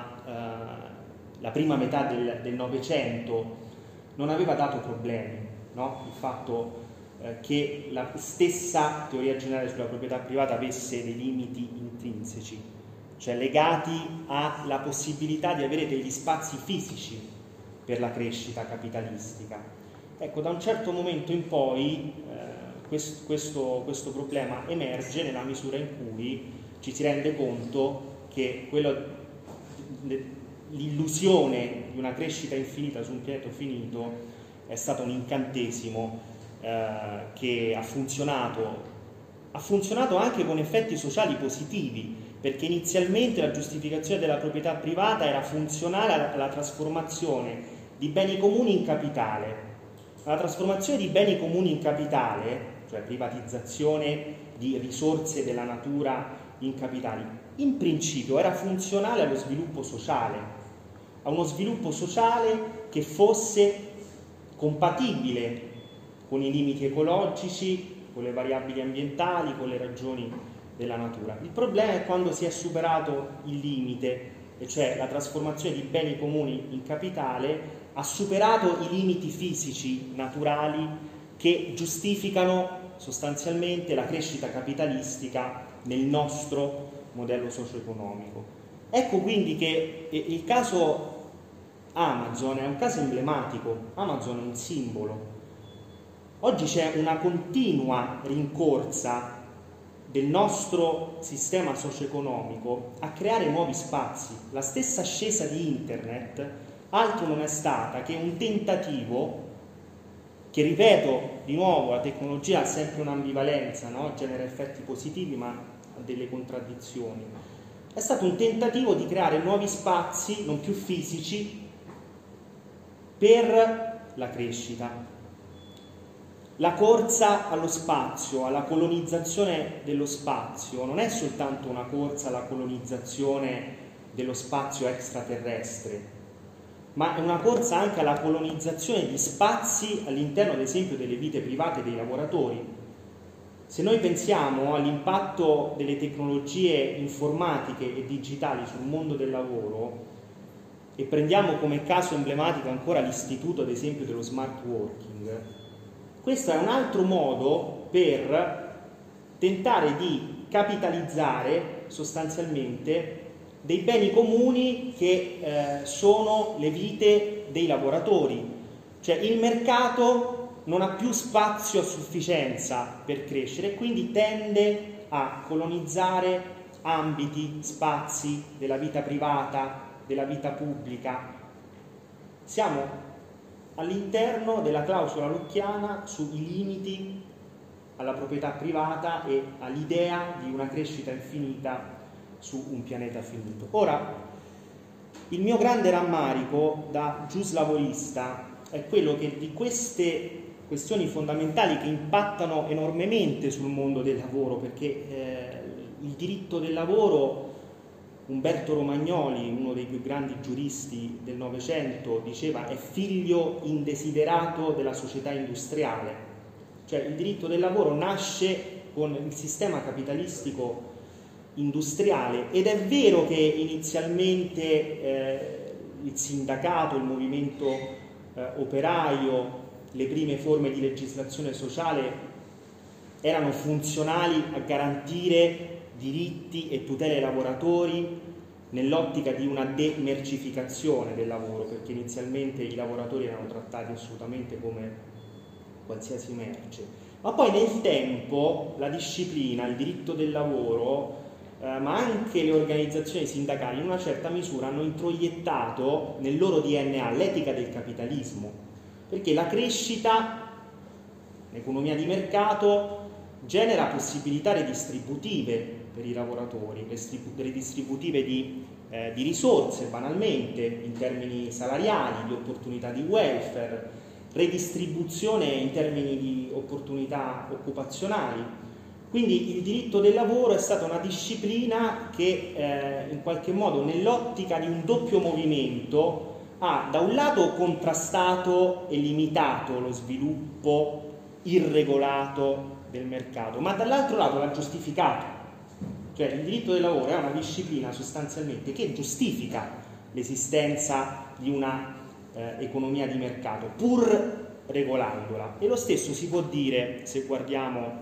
alla eh, prima metà del Novecento non aveva dato problemi, no? Il fatto che la stessa teoria generale sulla proprietà privata avesse dei limiti intrinseci, cioè legati alla possibilità di avere degli spazi fisici per la crescita capitalistica. Ecco, da un certo momento in poi eh, questo, questo, questo problema emerge nella misura in cui ci si rende conto che quello, l'illusione di una crescita infinita su un pianeta finito è stato un incantesimo Eh, che ha funzionato, ha funzionato anche con effetti sociali positivi, perché inizialmente la giustificazione della proprietà privata era funzionale alla, alla trasformazione di beni comuni in capitale. La trasformazione di beni comuni in capitale, cioè privatizzazione di risorse della natura in capitali, in principio era funzionale allo sviluppo sociale, a uno sviluppo sociale che fosse compatibile con i limiti ecologici, con le variabili ambientali, con le ragioni della natura. Il problema è quando si è superato il limite, e cioè la trasformazione di beni comuni in capitale ha superato i limiti fisici naturali che giustificano sostanzialmente la crescita capitalistica nel nostro modello socio-economico. Ecco quindi che il caso Amazon è un caso emblematico. Amazon è un simbolo. Oggi c'è una continua rincorsa del nostro sistema socio-economico a creare nuovi spazi. La stessa ascesa di internet altro non è stata che un tentativo che, ripeto, di nuovo, la tecnologia ha sempre un'ambivalenza, no? Genera effetti positivi ma ha delle contraddizioni. È stato un tentativo di creare nuovi spazi non più fisici per la crescita. la corsa allo spazio, alla colonizzazione dello spazio, non è soltanto una corsa alla colonizzazione dello spazio extraterrestre, ma è una corsa anche alla colonizzazione di spazi all'interno, ad esempio, delle vite private dei lavoratori. Se noi pensiamo all'impatto delle tecnologie informatiche e digitali sul mondo del lavoro e prendiamo come caso emblematico ancora l'istituto, ad esempio, dello smart working, questo è un altro modo per tentare di capitalizzare sostanzialmente dei beni comuni che eh, sono le vite dei lavoratori. Cioè il mercato non ha più spazio a sufficienza per crescere e quindi tende a colonizzare ambiti, spazi della vita privata, della vita pubblica. Siamo all'interno della clausola lockeana sui limiti alla proprietà privata e all'idea di una crescita infinita su un pianeta finito. Ora, il mio grande rammarico da giuslavorista è quello che di queste questioni fondamentali che impattano enormemente sul mondo del lavoro, perché eh, il diritto del lavoro, Umberto Romagnoli, uno dei più grandi giuristi del Novecento, diceva è figlio indesiderato della società industriale. Cioè il diritto del lavoro nasce con il sistema capitalistico industriale ed è vero che inizialmente eh, il sindacato, il movimento eh, operaio, le prime forme di legislazione sociale erano funzionali a garantire diritti e tutele ai lavoratori nell'ottica di una demercificazione del lavoro, perché inizialmente i lavoratori erano trattati assolutamente come qualsiasi merce. Ma poi nel tempo la disciplina, il diritto del lavoro, eh, ma anche le organizzazioni sindacali in una certa misura hanno introiettato nel loro D N A l'etica del capitalismo, perché la crescita, l'economia di mercato, genera possibilità redistributive per i lavoratori, redistributive di, eh, di risorse banalmente in termini salariali, di opportunità di welfare, redistribuzione in termini di opportunità occupazionali. Quindi il diritto del lavoro è stata una disciplina che eh, in qualche modo nell'ottica di un doppio movimento ha da un lato contrastato e limitato lo sviluppo irregolato del mercato, ma dall'altro lato l'ha giustificato. Cioè il diritto del lavoro è una disciplina sostanzialmente che giustifica l'esistenza di una eh, economia di mercato, pur regolandola. E lo stesso si può dire se guardiamo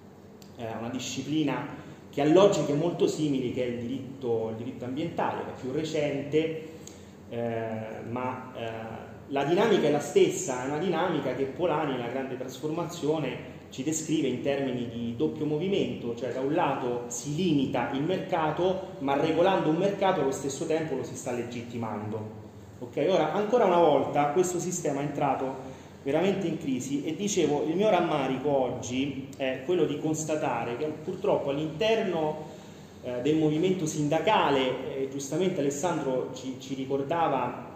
eh, una disciplina che ha logiche molto simili, che è il diritto, il diritto ambientale, che è più recente, eh, ma eh, la dinamica è la stessa, è una dinamica che Polanyi, la grande trasformazione, ci descrive in termini di doppio movimento, cioè da un lato si limita il mercato, ma regolando un mercato allo stesso tempo lo si sta legittimando. Ok? Ora, ancora una volta, questo sistema è entrato veramente in crisi e dicevo, il mio rammarico oggi è quello di constatare che purtroppo all'interno eh, del movimento sindacale, eh, giustamente Alessandro ci, ci ricordava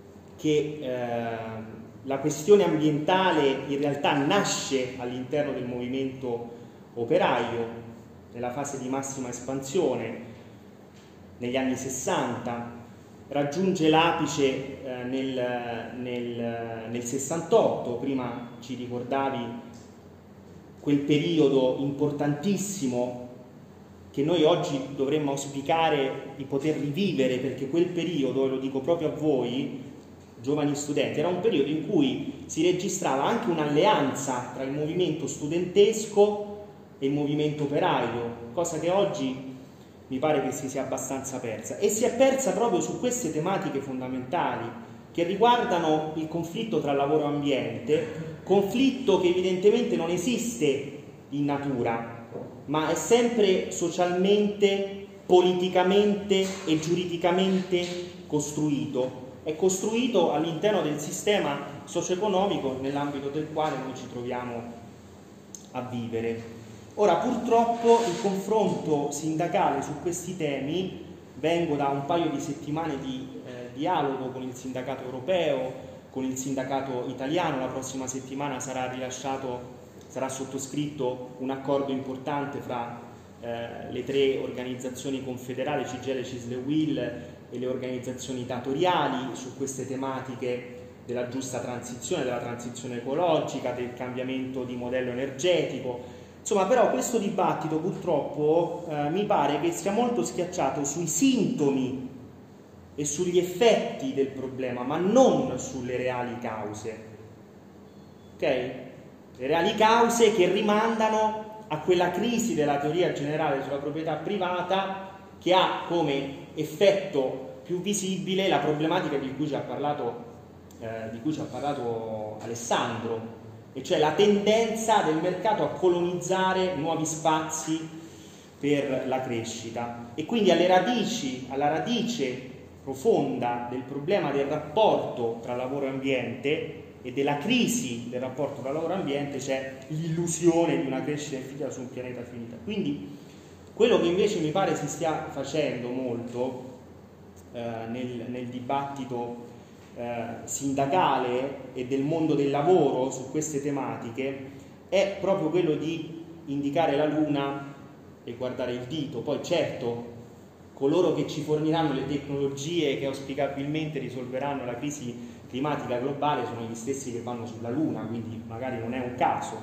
che eh, la questione ambientale in realtà nasce all'interno del movimento operaio, nella fase di massima espansione, negli anni sessanta, raggiunge l'apice eh, nel, nel, nel sessantotto, prima ci ricordavi quel periodo importantissimo che noi oggi dovremmo auspicare di poter rivivere, perché quel periodo, e lo dico proprio a voi, giovani studenti, era un periodo in cui si registrava anche un'alleanza tra il movimento studentesco e il movimento operaio, cosa che oggi mi pare che si sia abbastanza persa, e si è persa proprio su queste tematiche fondamentali che riguardano il conflitto tra lavoro e ambiente, conflitto che evidentemente non esiste in natura, ma è sempre socialmente, politicamente e giuridicamente costruito. È costruito all'interno del sistema socio-economico nell'ambito del quale noi ci troviamo a vivere. Ora, purtroppo il confronto sindacale su questi temi, vengo da un paio di settimane di eh, dialogo con il sindacato europeo, con il sindacato italiano, la prossima settimana sarà rilasciato sarà sottoscritto un accordo importante fra eh, le tre organizzazioni confederali, C G I L, C I S L e U I L, e le organizzazioni datoriali su queste tematiche della giusta transizione, della transizione ecologica, del cambiamento di modello energetico. Insomma, però questo dibattito purtroppo eh, mi pare che sia molto schiacciato sui sintomi e sugli effetti del problema, ma non sulle reali cause. Ok? Le reali cause che rimandano a quella crisi della teoria generale sulla proprietà privata che ha come effetto più visibile la problematica di cui ci ha parlato, eh, di cui ci ha parlato Alessandro, e cioè la tendenza del mercato a colonizzare nuovi spazi per la crescita. E quindi alle radici, alla radice profonda del problema del rapporto tra lavoro e ambiente e della crisi del rapporto tra lavoro e ambiente c'è l'illusione di una crescita infinita su un pianeta finita. Quindi quello che invece mi pare si stia facendo molto eh, nel, nel dibattito eh, sindacale e del mondo del lavoro su queste tematiche è proprio quello di indicare la luna e guardare il dito. Poi certo, coloro che ci forniranno le tecnologie che auspicabilmente risolveranno la crisi climatica globale sono gli stessi che vanno sulla Luna, quindi magari non è un caso.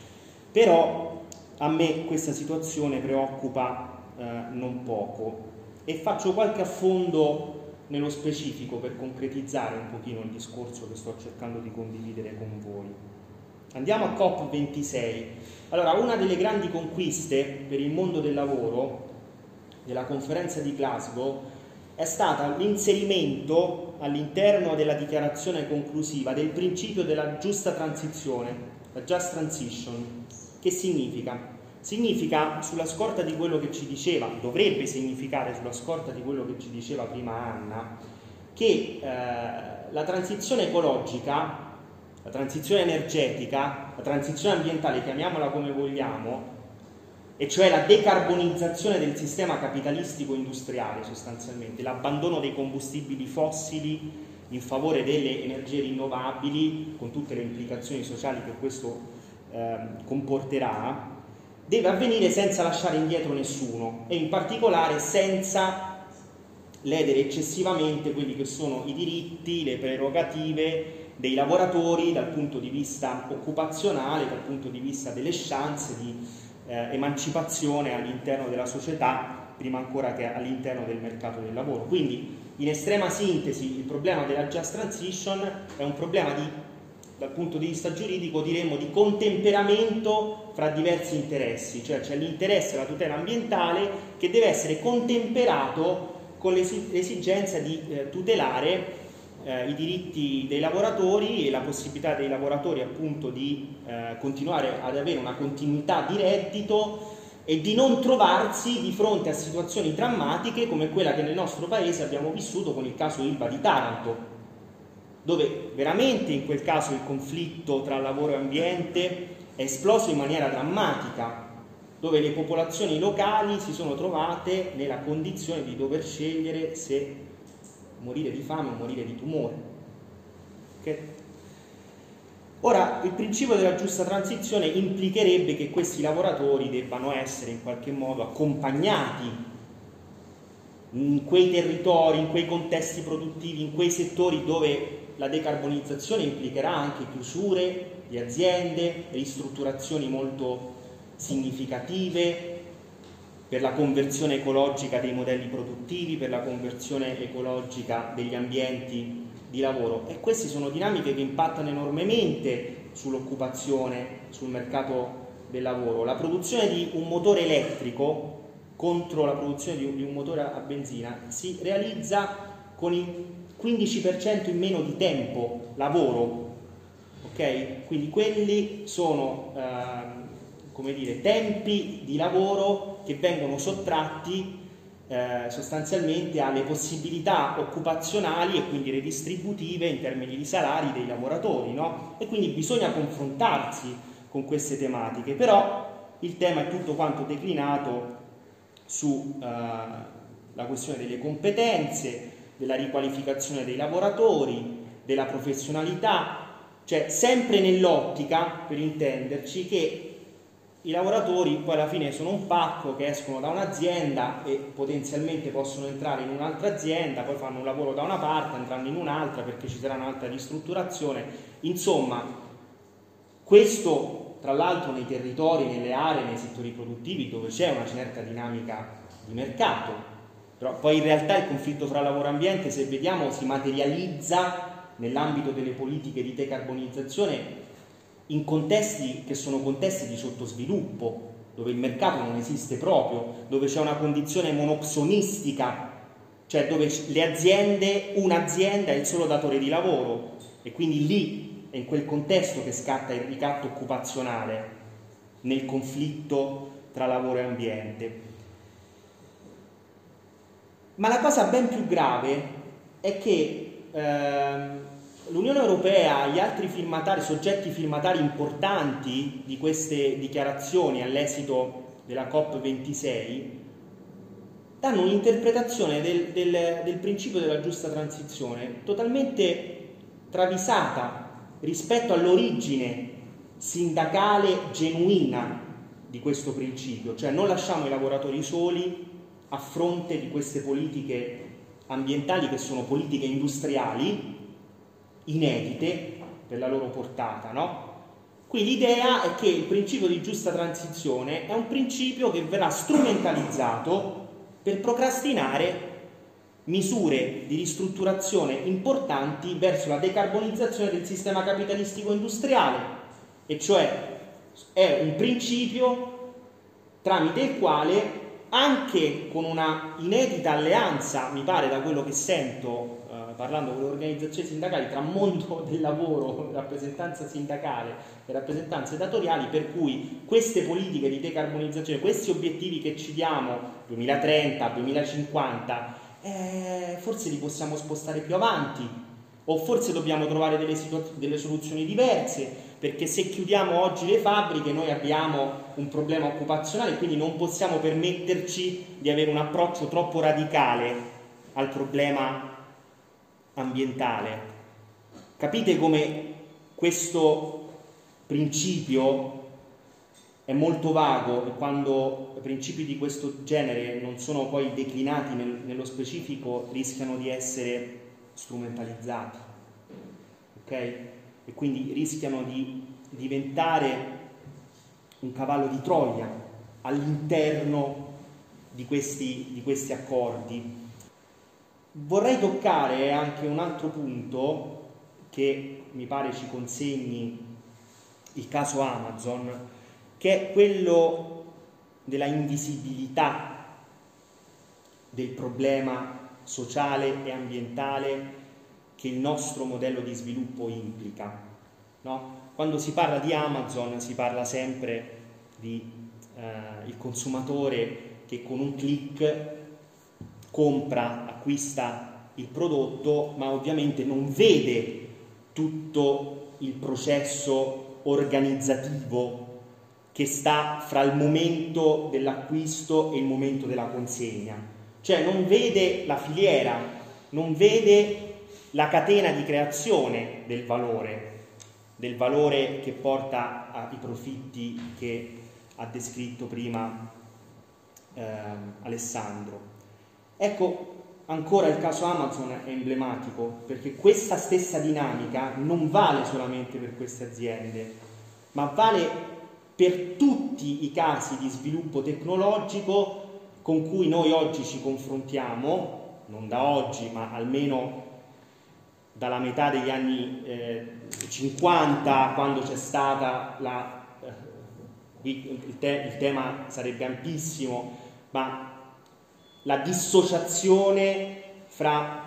Però a me questa situazione preoccupa eh, non poco, e faccio qualche affondo nello specifico per concretizzare un pochino il discorso che sto cercando di condividere con voi. Andiamo a COP ventisei. Allora, una delle grandi conquiste per il mondo del lavoro della conferenza di Glasgow è stata l'inserimento all'interno della dichiarazione conclusiva del principio della giusta transizione, la just transition. Che significa? Significa, sulla scorta di quello che ci diceva, dovrebbe significare sulla scorta di quello che ci diceva prima Anna, che eh, la transizione ecologica, la transizione energetica, la transizione ambientale, chiamiamola come vogliamo, e cioè la decarbonizzazione del sistema capitalistico industriale sostanzialmente, l'abbandono dei combustibili fossili in favore delle energie rinnovabili, con tutte le implicazioni sociali che questo eh, comporterà, deve avvenire senza lasciare indietro nessuno, e in particolare senza ledere eccessivamente quelli che sono i diritti, le prerogative dei lavoratori dal punto di vista occupazionale, dal punto di vista delle chance di Eh, emancipazione all'interno della società, prima ancora che all'interno del mercato del lavoro. Quindi, in estrema sintesi, il problema della just transition è un problema di, dal punto di vista giuridico, diremmo di contemperamento fra diversi interessi, cioè c'è l'interesse alla tutela ambientale che deve essere contemperato con l'esigenza di eh, tutelare Eh, i diritti dei lavoratori e la possibilità dei lavoratori appunto di eh, continuare ad avere una continuità di reddito e di non trovarsi di fronte a situazioni drammatiche come quella che nel nostro paese abbiamo vissuto con il caso Ilva di Taranto, dove veramente in quel caso il conflitto tra lavoro e ambiente è esploso in maniera drammatica, dove le popolazioni locali si sono trovate nella condizione di dover scegliere se morire di fame o morire di tumore. Okay? Ora, il principio della giusta transizione implicherebbe che questi lavoratori debbano essere in qualche modo accompagnati in quei territori, in quei contesti produttivi, in quei settori dove la decarbonizzazione implicherà anche chiusure di aziende, ristrutturazioni molto significative per la conversione ecologica dei modelli produttivi, per la conversione ecologica degli ambienti di lavoro. E queste sono dinamiche che impattano enormemente sull'occupazione, sul mercato del lavoro. La produzione di un motore elettrico contro la produzione di un, di un motore a benzina si realizza con il quindici per cento in meno di tempo lavoro, ok? Quindi quelli sono eh, come dire, tempi di lavoro che vengono sottratti eh, sostanzialmente alle possibilità occupazionali e quindi redistributive in termini di salari dei lavoratori, no? E quindi bisogna confrontarsi con queste tematiche, però il tema è tutto quanto declinato sulla eh, questione delle competenze, della riqualificazione dei lavoratori, della professionalità, cioè sempre nell'ottica, per intenderci, che i lavoratori poi alla fine sono un pacco che escono da un'azienda e potenzialmente possono entrare in un'altra azienda, poi fanno un lavoro da una parte, andranno in un'altra perché ci sarà un'altra ristrutturazione. Insomma, questo tra l'altro nei territori, nelle aree, nei settori produttivi dove c'è una certa dinamica di mercato, però poi in realtà il conflitto fra lavoro e ambiente, se vediamo, si materializza nell'ambito delle politiche di decarbonizzazione in contesti che sono contesti di sottosviluppo, dove il mercato non esiste proprio, dove c'è una condizione monopsonistica, cioè dove le aziende, un'azienda è il solo datore di lavoro, e quindi lì è in quel contesto che scatta il ricatto occupazionale nel conflitto tra lavoro e ambiente. Ma la cosa ben più grave è che ehm, l'Unione Europea e gli altri firmatari, soggetti firmatari importanti di queste dichiarazioni all'esito della COP ventisei, danno un'interpretazione del, del, del principio della giusta transizione totalmente travisata rispetto all'origine sindacale genuina di questo principio, cioè non lasciamo i lavoratori soli a fronte di queste politiche ambientali che sono politiche industriali inedite per la loro portata, no? Qui l'idea è che il principio di giusta transizione è un principio che verrà strumentalizzato per procrastinare misure di ristrutturazione importanti verso la decarbonizzazione del sistema capitalistico industriale, e cioè è un principio tramite il quale, anche con una inedita alleanza, mi pare da quello che sento eh, parlando con le organizzazioni sindacali, tra mondo del lavoro, rappresentanza sindacale e rappresentanze datoriali, per cui queste politiche di decarbonizzazione, questi obiettivi che ci diamo duemilatrenta, duemilacinquanta, eh, forse li possiamo spostare più avanti, o forse dobbiamo trovare delle, delle soluzioni diverse, perché se chiudiamo oggi le fabbriche noi abbiamo un problema occupazionale, quindi non possiamo permetterci di avere un approccio troppo radicale al problema ambientale. Capite come questo principio è molto vago, e quando principi di questo genere non sono poi declinati nel, nello specifico rischiano di essere strumentalizzati, ok? E quindi rischiano di diventare un cavallo di Troia all'interno di questi, di questi accordi. Vorrei toccare anche un altro punto che mi pare ci consegni il caso Amazon, che è quello della invisibilità del problema sociale e ambientale che il nostro modello di sviluppo implica, no? Quando si parla di Amazon si parla sempre di eh, il consumatore che con un click compra, acquista il prodotto, ma ovviamente non vede tutto il processo organizzativo che sta fra il momento dell'acquisto e il momento della consegna, cioè non vede la filiera, non vede la catena di creazione del valore, del valore che porta ai profitti che ha descritto prima eh, Alessandro. Ecco, ancora il caso Amazon è emblematico, perché questa stessa dinamica non vale solamente per queste aziende, ma vale per tutti i casi di sviluppo tecnologico con cui noi oggi ci confrontiamo, non da oggi, ma almeno dalla metà degli anni eh, cinquanta, quando c'è stata la... Eh, il, te, il tema sarebbe ampissimo, ma la dissociazione fra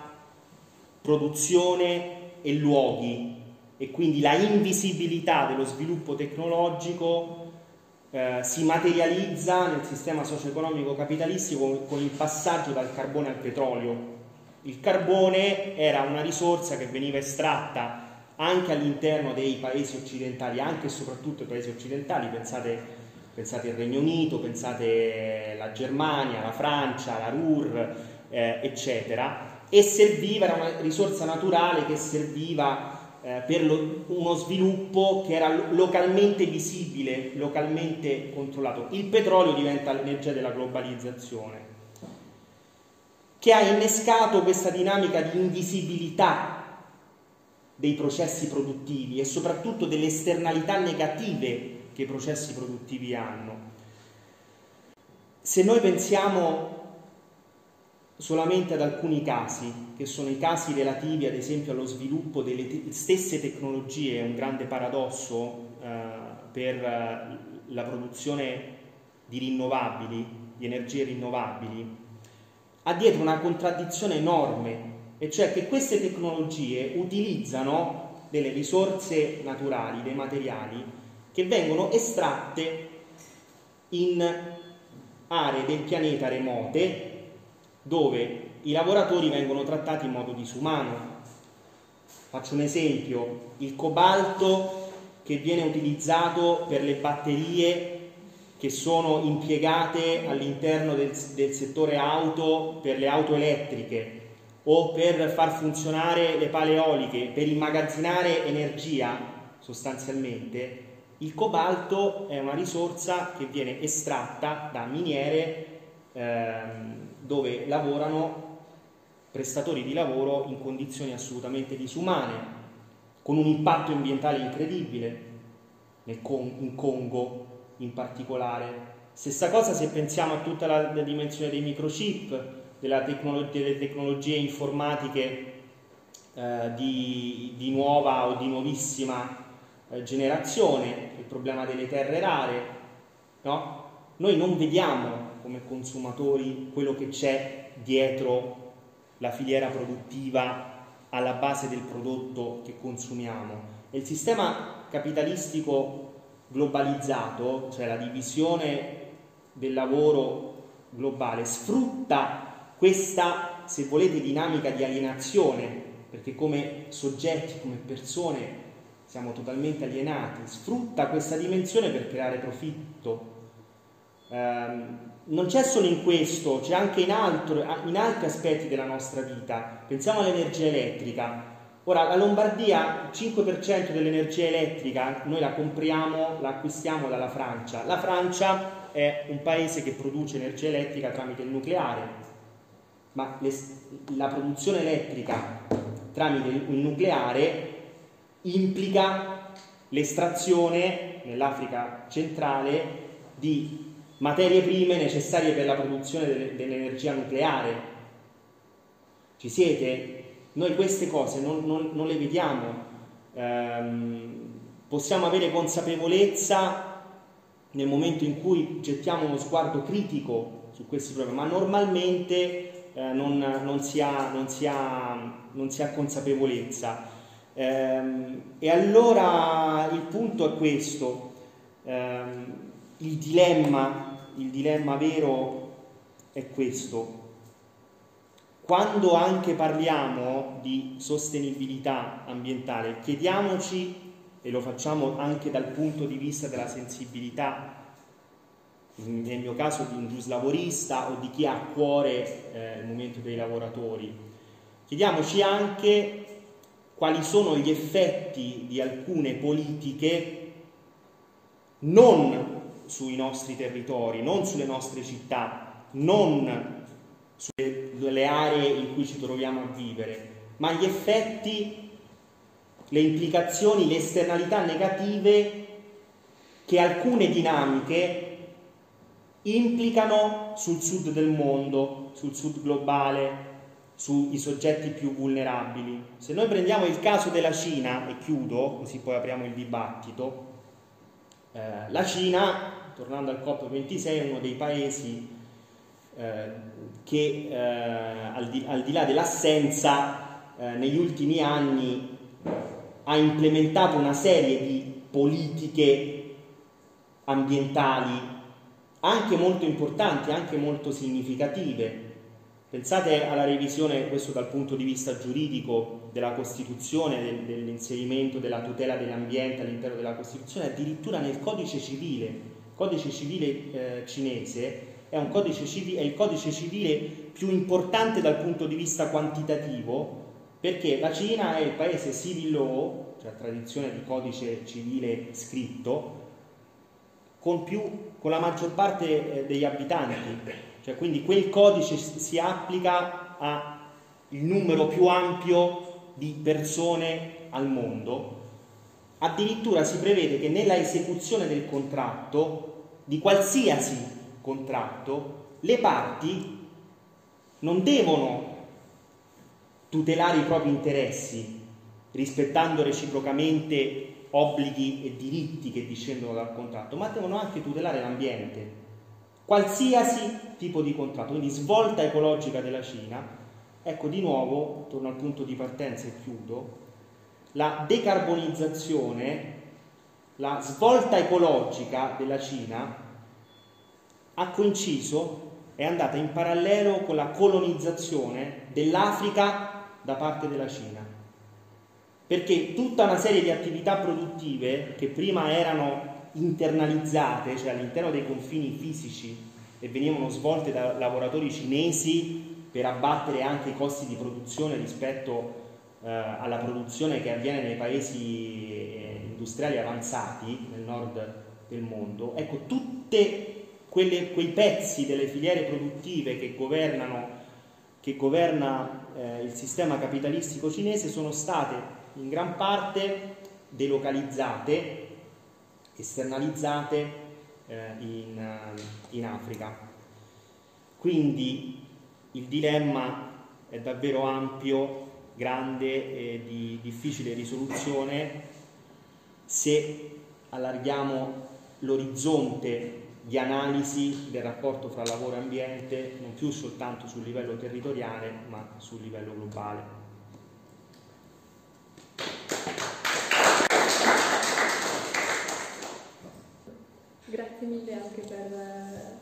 produzione e luoghi, e quindi la invisibilità dello sviluppo tecnologico eh, si materializza nel sistema socio-economico capitalistico con, con il passaggio dal carbone al petrolio. Il carbone era una risorsa che veniva estratta anche all'interno dei paesi occidentali, anche e soprattutto ai paesi occidentali, pensate, pensate al Regno Unito, pensate alla Germania, alla Francia, la Ruhr, eh, eccetera, e serviva, era una risorsa naturale che serviva eh, per lo, uno sviluppo che era localmente visibile, localmente controllato. Il petrolio diventa l'energia della globalizzazione, che ha innescato questa dinamica di invisibilità dei processi produttivi e soprattutto delle esternalità negative che i processi produttivi hanno. Se noi pensiamo solamente ad alcuni casi, che sono i casi relativi ad esempio allo sviluppo delle te- stesse tecnologie, un grande paradosso eh, per eh, la produzione di rinnovabili, di energie rinnovabili, ha dietro una contraddizione enorme, e cioè che queste tecnologie utilizzano delle risorse naturali, dei materiali che vengono estratte in aree del pianeta remote, dove i lavoratori vengono trattati in modo disumano. Faccio un esempio: il cobalto che viene utilizzato per le batterie che sono impiegate all'interno del, del settore auto, per le auto elettriche, o per far funzionare le pale eoliche, per immagazzinare energia, sostanzialmente, il cobalto è una risorsa che viene estratta da miniere ehm, dove lavorano prestatori di lavoro in condizioni assolutamente disumane, con un impatto ambientale incredibile, nel Con- in Congo in particolare. Stessa cosa se pensiamo a tutta la, la dimensione dei microchip, della tecnolo- delle tecnologie informatiche eh, di, di nuova o di nuovissima eh, generazione, il problema delle terre rare, no? Noi non vediamo come consumatori quello che c'è dietro la filiera produttiva alla base del prodotto che consumiamo. E il sistema capitalistico globalizzato, cioè la divisione del lavoro globale, sfrutta questa, se volete, dinamica di alienazione, perché come soggetti, come persone siamo totalmente alienati, sfrutta questa dimensione per creare profitto. Um, non c'è solo in questo, c'è anche in, altro, in altri aspetti della nostra vita. Pensiamo all'energia elettrica. Ora, la Lombardia, il cinque per cento dell'energia elettrica noi la compriamo, la acquistiamo dalla Francia. La Francia è un paese che produce energia elettrica tramite il nucleare, ma le, la produzione elettrica tramite il nucleare implica l'estrazione nell'Africa centrale di materie prime necessarie per la produzione dell'energia nucleare. Ci siete? Noi queste cose non, non, non le vediamo. Ehm, possiamo avere consapevolezza nel momento in cui gettiamo uno sguardo critico su questi problemi, ma normalmente eh, non, non, si ha, non, si ha, non si ha consapevolezza. Ehm, e allora il punto è questo. Ehm, il dilemma, il dilemma vero è questo. Quando anche parliamo di sostenibilità ambientale, chiediamoci, e lo facciamo anche dal punto di vista della sensibilità, nel mio caso di un giuslavorista o di chi ha a cuore eh, il movimento dei lavoratori, chiediamoci anche quali sono gli effetti di alcune politiche non sui nostri territori, non sulle nostre città, non sulle aree in cui ci troviamo a vivere, ma gli effetti, le implicazioni, le esternalità negative che alcune dinamiche implicano sul sud del mondo, sul sud globale, sui soggetti più vulnerabili. Se noi prendiamo il caso della Cina, e chiudo, così poi apriamo il dibattito, eh, la Cina, tornando al COP ventisei, è uno dei paesi eh, che eh, al, di, al di là dell'assenza eh, negli ultimi anni ha implementato una serie di politiche ambientali anche molto importanti, anche molto significative. Pensate alla revisione, questo dal punto di vista giuridico, della Costituzione, del, dell'inserimento della tutela dell'ambiente all'interno della Costituzione, addirittura nel codice civile. Il codice civile eh, cinese è, un codice civile, è il codice civile più importante dal punto di vista quantitativo, perché la Cina è il paese civil law cioè tradizione di codice civile scritto, con, più, con la maggior parte degli abitanti, cioè quindi quel codice si applica al numero più ampio di persone al mondo. Addirittura si prevede che nella esecuzione del contratto, di qualsiasi contratto, le parti non devono tutelare i propri interessi rispettando reciprocamente obblighi e diritti che discendono dal contratto, ma devono anche tutelare l'ambiente, qualsiasi tipo di contratto. Quindi svolta ecologica della Cina, ecco di nuovo, torno al punto di partenza e chiudo, la decarbonizzazione, la svolta ecologica della Cina ha coinciso, è andata in parallelo con la colonizzazione dell'Africa da parte della Cina, perché tutta una serie di attività produttive che prima erano internalizzate, cioè all'interno dei confini fisici, e venivano svolte da lavoratori cinesi per abbattere anche i costi di produzione rispetto eh, alla produzione che avviene nei paesi eh, industriali avanzati nel nord del mondo. Ecco, tutte quelle, quei pezzi delle filiere produttive che governano che governa eh, il sistema capitalistico cinese sono state in gran parte delocalizzate, esternalizzate eh, in, in Africa. Quindi il dilemma è davvero ampio, grande e di difficile risoluzione. Se allarghiamo l'orizzonte di analisi del rapporto fra lavoro e ambiente, non più soltanto sul livello territoriale, ma sul livello globale. Grazie mille anche per,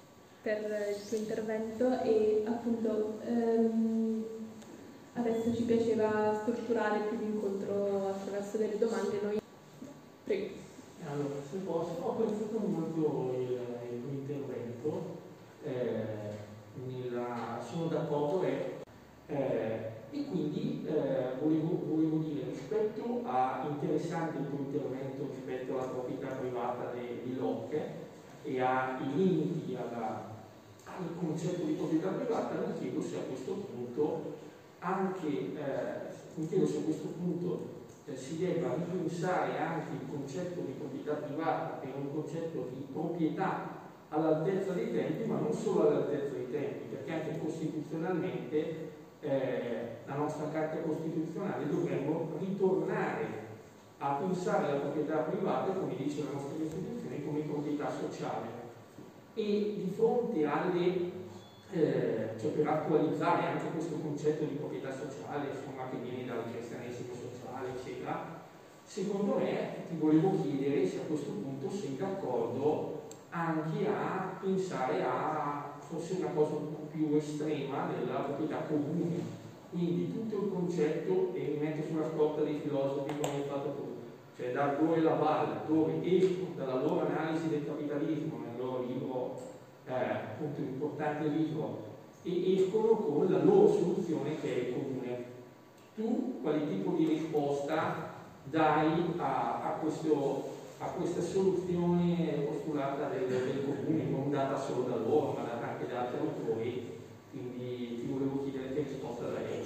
per il tuo intervento e appunto ehm, adesso ci piaceva strutturare più l'incontro attraverso delle domande. Noi... Prego. Allora, se posso, ho apprezzato molto il, il tuo intervento, eh, nella, sono d'accordo e, eh, e quindi eh, volevo, volevo dire rispetto a interessante il tuo intervento rispetto alla proprietà privata di Locke e ai limiti alla, al concetto di proprietà privata, mi chiedo se a questo punto anche eh, mi chiedo se a questo punto si debba ripensare anche il concetto di proprietà privata per un concetto di proprietà all'altezza dei tempi, ma non solo all'altezza dei tempi, perché anche costituzionalmente eh, la nostra Carta Costituzionale dovremmo ritornare a pensare alla proprietà privata, come dice la nostra Costituzione, come proprietà sociale. E di fronte alle Eh, cioè per attualizzare anche questo concetto di proprietà sociale, insomma, che viene dal cristianesimo sociale, eccetera, secondo me ti volevo chiedere se a questo punto sei d'accordo anche a pensare a forse una cosa un po' più estrema della proprietà comune, quindi tutto il concetto, e mi metto sulla scorta dei filosofi come hai fatto tu, cioè da Gore e Laval, dove escono dalla loro analisi del capitalismo nel loro libro Eh, appunto un importante libro, e escono con la loro soluzione che è il comune. Tu quale tipo di risposta dai a, a, questo, a questa soluzione postulata del, del comune, non data solo da loro ma data anche da altri autori? Quindi ti volevo chiedere che risposta dai.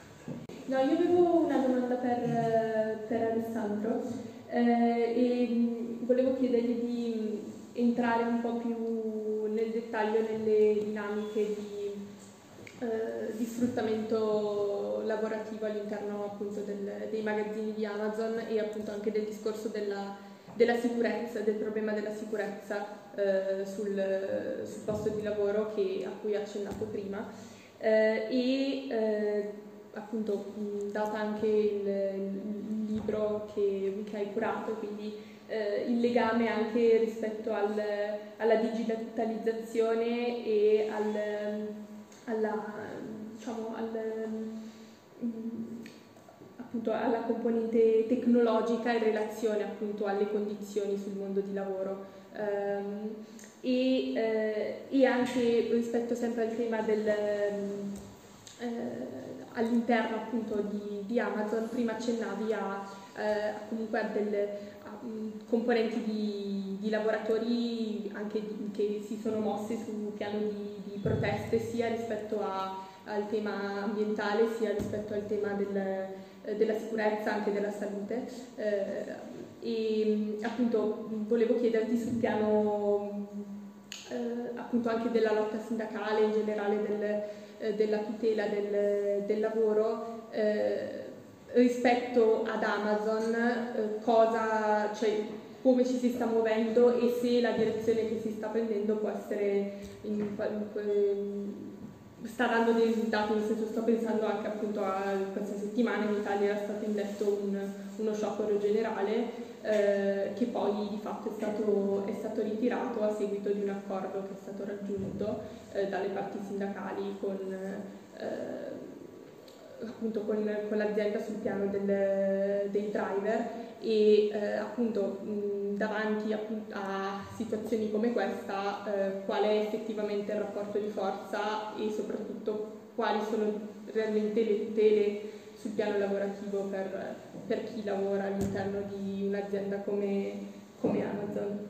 No, io avevo una domanda per, per Alessandro eh, e volevo chiedergli di entrare un po' più nel dettaglio nelle dinamiche di, eh, di sfruttamento lavorativo all'interno appunto del, dei magazzini di Amazon e appunto anche del discorso della, della sicurezza, del problema della sicurezza eh, sul, sul posto di lavoro che, a cui ho accennato prima eh, e eh, appunto mh, data anche il, il libro che, che hai curato, quindi Eh, il legame anche rispetto al, alla digitalizzazione e al, alla, diciamo, al, appunto, alla componente tecnologica in relazione appunto alle condizioni sul mondo di lavoro um, e, eh, e anche rispetto sempre al tema del, eh, all'interno appunto di, di Amazon. Prima accennavi a, eh, comunque a delle a, mh, componenti di, di lavoratori anche di, che si sono mossi sul piano di, di proteste, sia rispetto a, al tema ambientale sia rispetto al tema del, eh, della sicurezza, anche della salute. Eh, e appunto volevo chiederti sul piano eh, appunto anche della lotta sindacale, in generale del, eh, della tutela del, del lavoro, eh, rispetto ad Amazon, eh, cosa, cioè, come ci si sta muovendo e se la direzione che si sta prendendo può essere in, in, sta dando dei risultati. Nel senso, sto pensando anche appunto a questa settimana in Italia era stato indetto un, uno sciopero generale eh, che poi di fatto è stato, è stato ritirato a seguito di un accordo che è stato raggiunto eh, dalle parti sindacali con, eh, appunto con, con l'azienda sul piano del, dei driver e eh, appunto mh, davanti a, a situazioni come questa eh, qual è effettivamente il rapporto di forza e soprattutto quali sono realmente le tutele sul piano lavorativo per, per chi lavora all'interno di un'azienda come, come Amazon.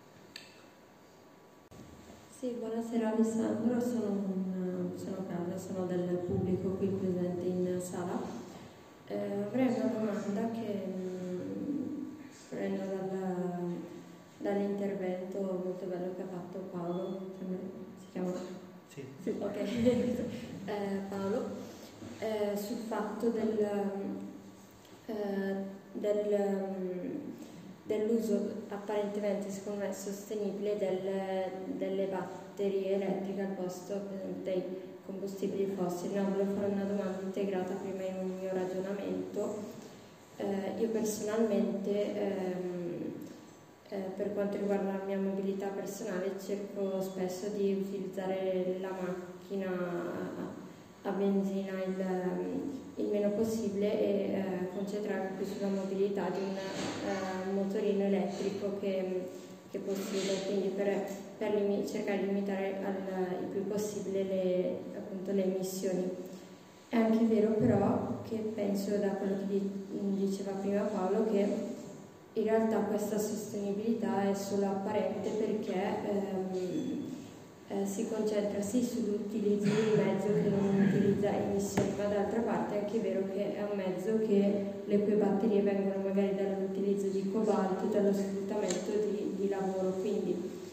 Sì, buonasera Alessandro, sono, un, sono Carla, sono del pubblico qui presente in sala. Eh, avrei una domanda che mh, prendo dalla, dall'intervento molto bello che ha fatto Paolo, si chiama? Sì. Sì. Ok, eh, Paolo, eh, sul fatto del, eh, del dell'uso apparentemente secondo me sostenibile del, delle batterie elettriche al posto dei combustibili fossili. No, volevo fare una domanda integrata prima in un mio ragionamento. Eh, io personalmente ehm, eh, per quanto riguarda la mia mobilità personale cerco spesso di utilizzare la macchina a, a benzina il, il meno possibile e eh, concentrarmi più sulla mobilità di un uh, motorino elettrico che, che possiedo, quindi per, per limi- cercare di limitare al, il più possibile le, appunto, le emissioni. È anche vero però che penso, da quello che di, diceva prima Paolo, che in realtà questa sostenibilità è solo apparente perché ehm, Eh, si concentra sì sull'utilizzo di un mezzo che non utilizza emissioni, ma d'altra parte è anche vero che è un mezzo che le cui batterie vengono magari dall'utilizzo di cobalto, dallo sfruttamento di, di lavoro, quindi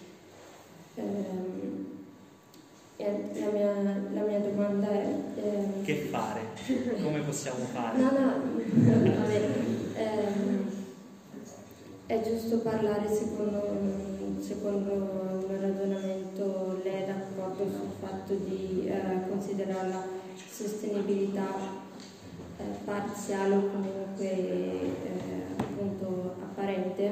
ehm, eh, la, mia, la mia domanda è ehm, che fare? Come possiamo fare? No, no, vabbè, ehm, è giusto parlare secondo secondo un ragionamento. Lei è d'accordo sul fatto di eh, considerare la sostenibilità eh, parziale o comunque eh, appunto apparente?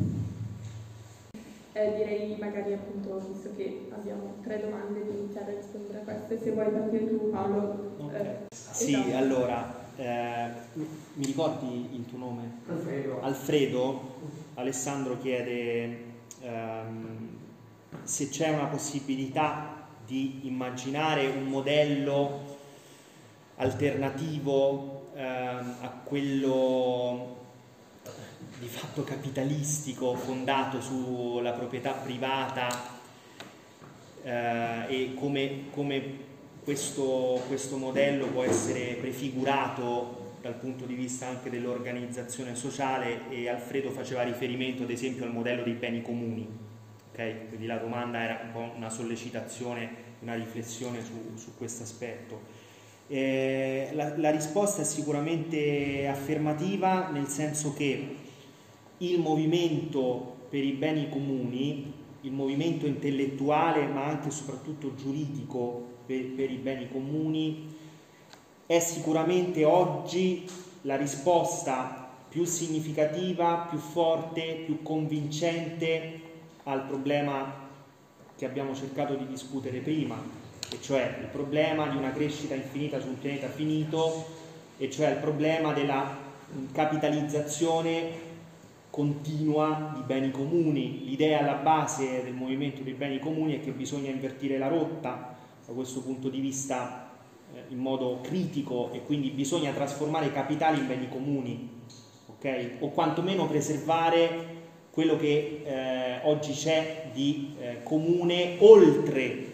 Eh, direi magari appunto, visto che abbiamo tre domande, di iniziare a rispondere a queste. Se vuoi partire tu Paolo. Eh, Sì, esatto. allora, eh, mi ricordi il tuo nome? Alfredo. Alfredo. Alessandro chiede ehm, se c'è una possibilità di immaginare un modello alternativo ehm, a quello di fatto capitalistico fondato sulla proprietà privata eh, e come, come questo, questo modello può essere prefigurato dal punto di vista anche dell'organizzazione sociale. E Alfredo faceva riferimento ad esempio al modello dei beni comuni, okay? Quindi la domanda era un po' una sollecitazione, una riflessione su, su questo aspetto. Eh, la, la risposta è sicuramente affermativa, nel senso che il movimento per i beni comuni, il movimento intellettuale ma anche e soprattutto giuridico per, per i beni comuni è sicuramente oggi la risposta più significativa, più forte, più convincente al problema che abbiamo cercato di discutere prima, e cioè il problema di una crescita infinita su un pianeta finito, e cioè il problema della capitalizzazione continua di beni comuni. L'idea alla base del movimento dei beni comuni è che bisogna invertire la rotta. Da questo punto di vista in modo critico e quindi bisogna trasformare i capitali in beni comuni, ok? O quantomeno preservare quello che eh, oggi c'è di eh, comune oltre,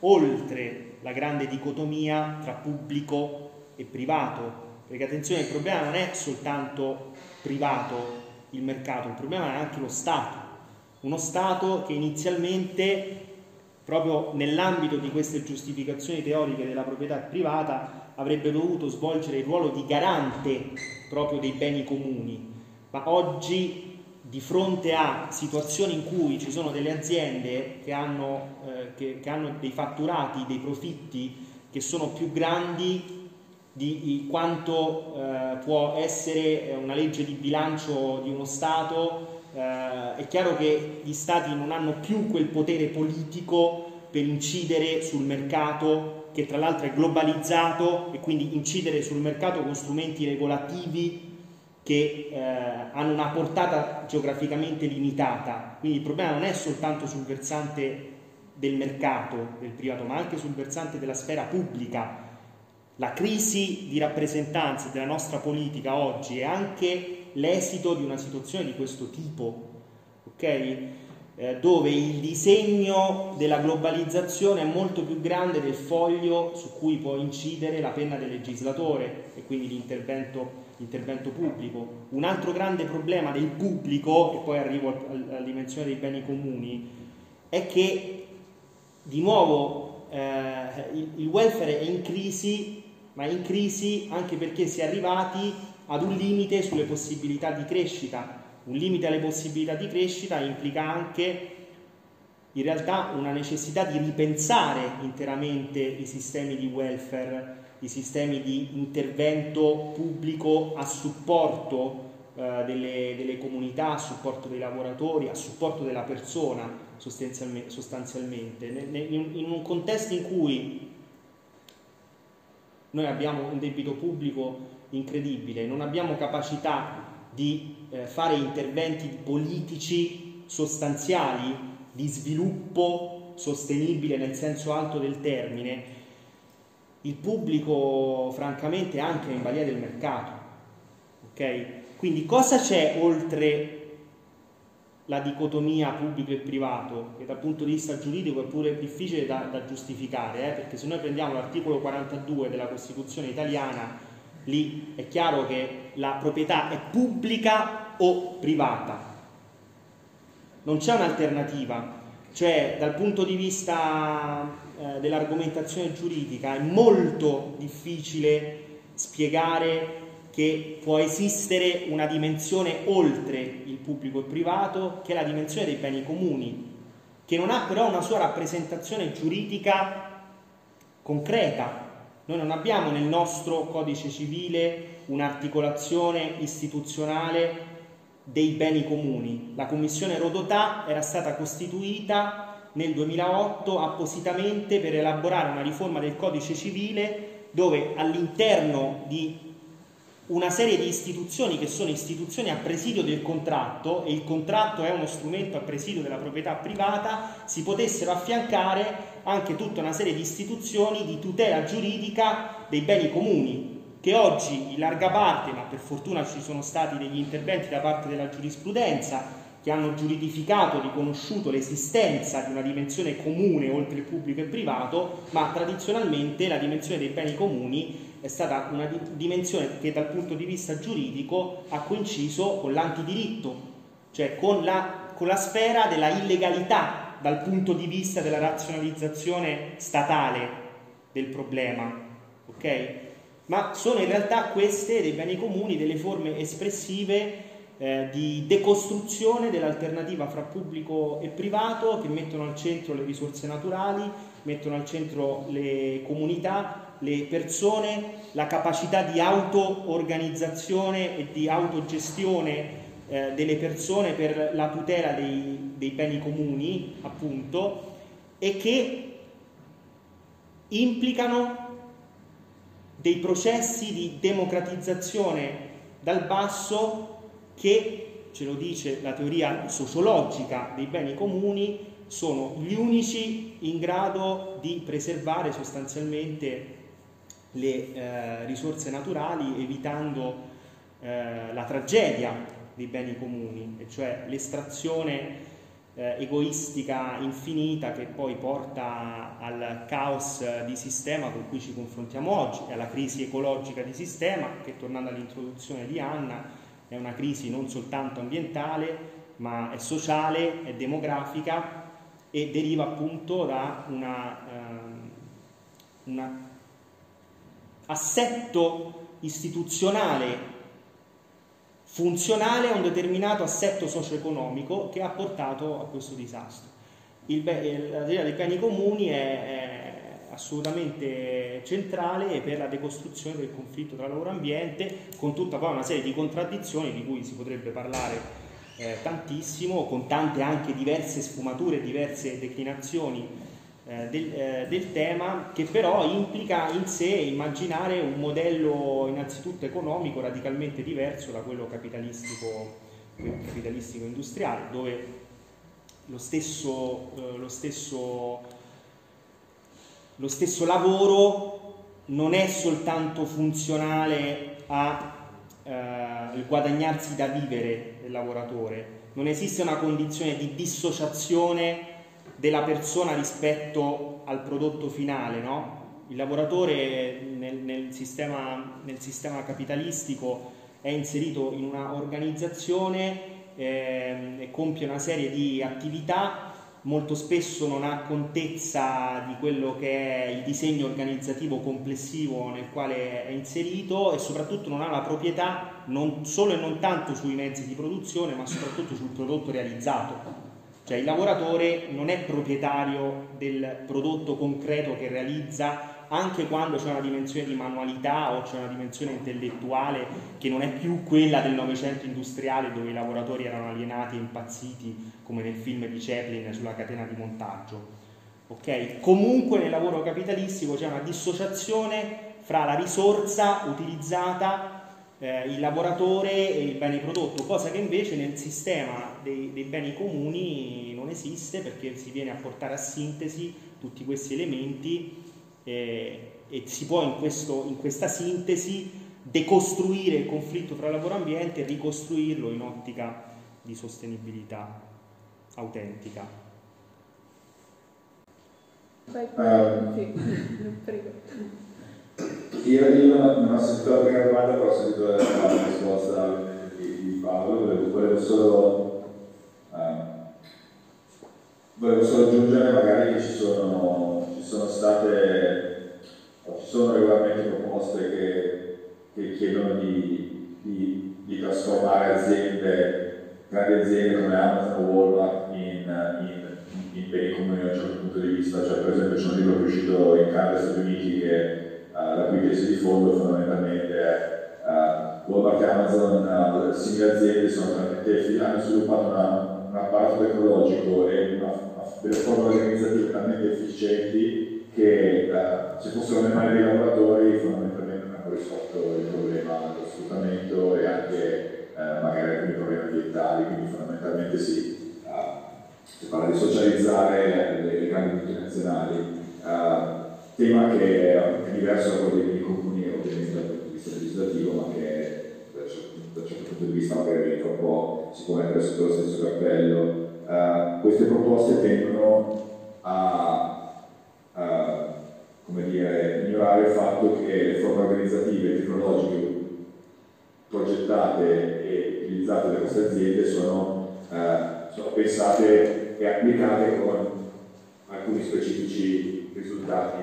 oltre la grande dicotomia tra pubblico e privato. Perché attenzione, il problema non è soltanto privato il mercato, il problema è anche lo Stato. Uno Stato che inizialmente, proprio nell'ambito di queste giustificazioni teoriche della proprietà privata, avrebbe dovuto svolgere il ruolo di garante proprio dei beni comuni. Ma oggi, di fronte a situazioni in cui ci sono delle aziende che hanno, eh, che, che hanno dei fatturati, dei profitti che sono più grandi di quanto eh, può essere una legge di bilancio di uno Stato, eh, è chiaro che gli Stati non hanno più quel potere politico per incidere sul mercato, che tra l'altro è globalizzato, e quindi incidere sul mercato con strumenti regolativi che eh, hanno una portata geograficamente limitata. Quindi il problema non è soltanto sul versante del mercato, del privato, ma anche sul versante della sfera pubblica. La crisi di rappresentanza della nostra politica oggi è anche l'esito di una situazione di questo tipo, ok? Eh, dove il disegno della globalizzazione è molto più grande del foglio su cui può incidere la penna del legislatore e quindi l'intervento, l'intervento pubblico. Un altro grande problema del pubblico, e poi arrivo alla dimensione dei beni comuni, è che di nuovo eh, il, il welfare è in crisi, ma è in crisi anche perché si è arrivati ad un limite sulle possibilità di crescita. Un limite alle possibilità di crescita implica anche in realtà una necessità di ripensare interamente i sistemi di welfare, i sistemi di intervento pubblico a supporto eh, delle, delle comunità, a supporto dei lavoratori, a supporto della persona sostanzialmente. sostanzialmente. In un contesto in cui noi abbiamo un debito pubblico incredibile, non abbiamo capacità di eh, fare interventi politici sostanziali di sviluppo sostenibile nel senso alto del termine, il pubblico francamente è anche in balia del mercato, ok? Quindi cosa c'è oltre la dicotomia pubblico e privato, che dal punto di vista giuridico è pure difficile da, da giustificare, eh? Perché se noi prendiamo l'articolo quarantadue della Costituzione italiana, lì è chiaro che la proprietà è pubblica o privata, non c'è un'alternativa, cioè dal punto di vista eh, dell'argomentazione giuridica è molto difficile spiegare che può esistere una dimensione oltre il pubblico e il privato, che è la dimensione dei beni comuni, che non ha però una sua rappresentazione giuridica concreta. Noi non abbiamo nel nostro codice civile un'articolazione istituzionale dei beni comuni. La commissione Rodotà era stata costituita nel duemilaotto appositamente per elaborare una riforma del codice civile dove all'interno di una serie di istituzioni che sono istituzioni a presidio del contratto, e il contratto è uno strumento a presidio della proprietà privata, si potessero affiancare anche tutta una serie di istituzioni di tutela giuridica dei beni comuni, che oggi in larga parte, ma per fortuna ci sono stati degli interventi da parte della giurisprudenza che hanno giuridificato, riconosciuto l'esistenza di una dimensione comune oltre il pubblico e il privato, ma tradizionalmente la dimensione dei beni comuni è stata una dimensione che dal punto di vista giuridico ha coinciso con l'antidiritto, cioè con la, con la sfera della illegalità dal punto di vista della razionalizzazione statale del problema, ok? Ma sono in realtà queste dei beni comuni delle forme espressive eh, di decostruzione dell'alternativa fra pubblico e privato, che mettono al centro le risorse naturali, mettono al centro le comunità, le persone, la capacità di auto-organizzazione e di autogestione eh, delle persone per la tutela dei, dei beni comuni, appunto, e che implicano dei processi di democratizzazione dal basso che, ce lo dice la teoria sociologica dei beni comuni, sono gli unici in grado di preservare sostanzialmente le eh, risorse naturali, evitando eh, la tragedia dei beni comuni, e cioè l'estrazione eh, egoistica infinita che poi porta al caos di sistema con cui ci confrontiamo oggi, e alla crisi ecologica di sistema che, tornando all'introduzione di Anna, è una crisi non soltanto ambientale ma è sociale, è demografica e deriva appunto da una, um, una assetto istituzionale funzionale a un determinato assetto socio-economico che ha portato a questo disastro. Il be- la teoria dei beni comuni è, è assolutamente centrale per la decostruzione del conflitto tra lavoro e ambiente, con tutta poi una serie di contraddizioni di cui si potrebbe parlare eh, tantissimo, con tante anche diverse sfumature, diverse declinazioni eh, del, eh, del tema, che però implica in sé immaginare un modello innanzitutto economico radicalmente diverso da quello capitalistico, capitalistico industriale, dove lo stesso, eh, lo stesso, lo stesso lavoro non è soltanto funzionale a Uh, il guadagnarsi da vivere del lavoratore, non esiste una condizione di dissociazione della persona rispetto al prodotto finale, no? Il lavoratore nel, nel, sistema, nel sistema capitalistico è inserito in una organizzazione eh, e compie una serie di attività, molto spesso non ha contezza di quello che è il disegno organizzativo complessivo nel quale è inserito, e soprattutto non ha la proprietà non solo e non tanto sui mezzi di produzione, ma soprattutto sul prodotto realizzato. Cioè il lavoratore non è proprietario del prodotto concreto che realizza, anche quando c'è una dimensione di manualità o c'è una dimensione intellettuale che non è più quella del Novecento industriale, dove i lavoratori erano alienati e impazziti, come nel film di Chaplin sulla catena di montaggio. Okay? Comunque nel lavoro capitalistico c'è una dissociazione fra la risorsa utilizzata, eh, il lavoratore e il bene prodotto, cosa che invece nel sistema dei, dei beni comuni non esiste, perché si viene a portare a sintesi tutti questi elementi eh, e si può in, questo, in questa sintesi decostruire il conflitto tra lavoro e ambiente e ricostruirlo in ottica di sostenibilità autentica. Vai, Um, sì, prego. Io, io non, non ho sentito la prima domanda, però ho sentito la, la risposta di, di Paolo. Volevo, volevo, solo, um, volevo solo aggiungere magari che ci sono, ci sono state, o ci sono regolarmente proposte che, che chiedono di, di, di trasformare aziende, grandi aziende come Amazon o Walmart in, in, in beni comuni da un certo punto di vista. Cioè, per esempio, c'è un libro che è uscito in Canada e Stati Uniti che Uh, la cui tesi di fondo fondamentalmente è uh, Walmart e Amazon, uh, simili aziende, sono talmente, hanno sviluppato una, un apparato tecnologico e una, una, delle forme organizzative talmente efficienti che uh, se fossero le mani dei lavoratori fondamentalmente non hanno risolto il problema dello sfruttamento e anche uh, magari alcuni problemi ambientali, quindi fondamentalmente si, uh, si parla di socializzare le, le grandi multinazionali. Uh, tema che è diverso da quello dei beni comuni ovviamente dal punto di vista legislativo, ma che da un certo punto di vista magari diventa un po', si può mettere sotto lo stesso cappello. Uh, queste proposte tendono a, a come dire, ignorare il fatto che le forme organizzative e tecnologiche progettate e utilizzate da queste aziende sono, uh, sono pensate e applicate con alcuni specifici risultati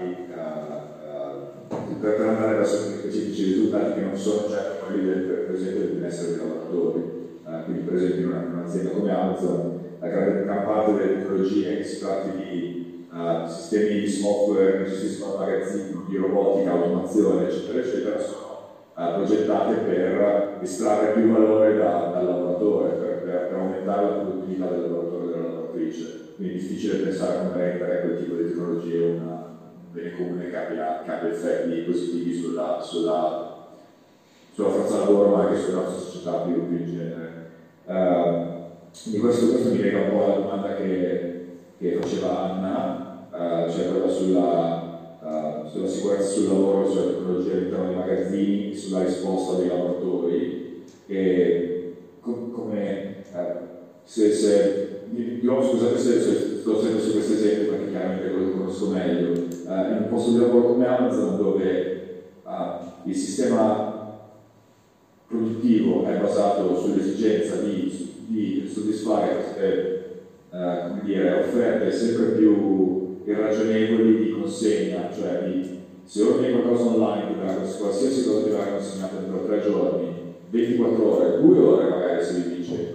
uh, uh, per andare verso specifici risultati che non sono certo quelli del, per esempio del benessere dei lavoratori. Uh, quindi per esempio in, una, in un'azienda come Amazon la gran, gran parte delle tecnologie, che si tratti di uh, sistemi di software che gestiscono il magazzino, di robotica, automazione eccetera eccetera, sono uh, progettate per estrarre più valore da, dal lavoratore, per, per, per aumentare la produttività del lavoratore e della lavoratrice. Quindi è difficile pensare come rendere quel tipo di tecnologie una, un bene comune che abbia, che abbia effetti positivi sulla, sulla, sulla forza lavoro, ma anche sulla nostra società più, più in genere. Uh, di questo, questo mi lega un po' alla domanda che, che faceva Anna, uh, cioè quella sulla, uh, sulla sicurezza sul lavoro, sulla tecnologia all'interno dei magazzini, sulla risposta dei lavoratori. E com come eh, se, se io, scusate se, se sto sempre su questo esempio perché chiaramente lo conosco meglio, eh, in un posto di lavoro come Amazon dove eh, il sistema produttivo è basato sull'esigenza di, di soddisfare queste eh, come dire, offerte sempre più irragionevoli di consegna, cioè di, se ordini qualcosa online, ti verrà, qualsiasi cosa ti verrà consegnata entro tre giorni, ventiquattro ore, due ore magari se vi dice,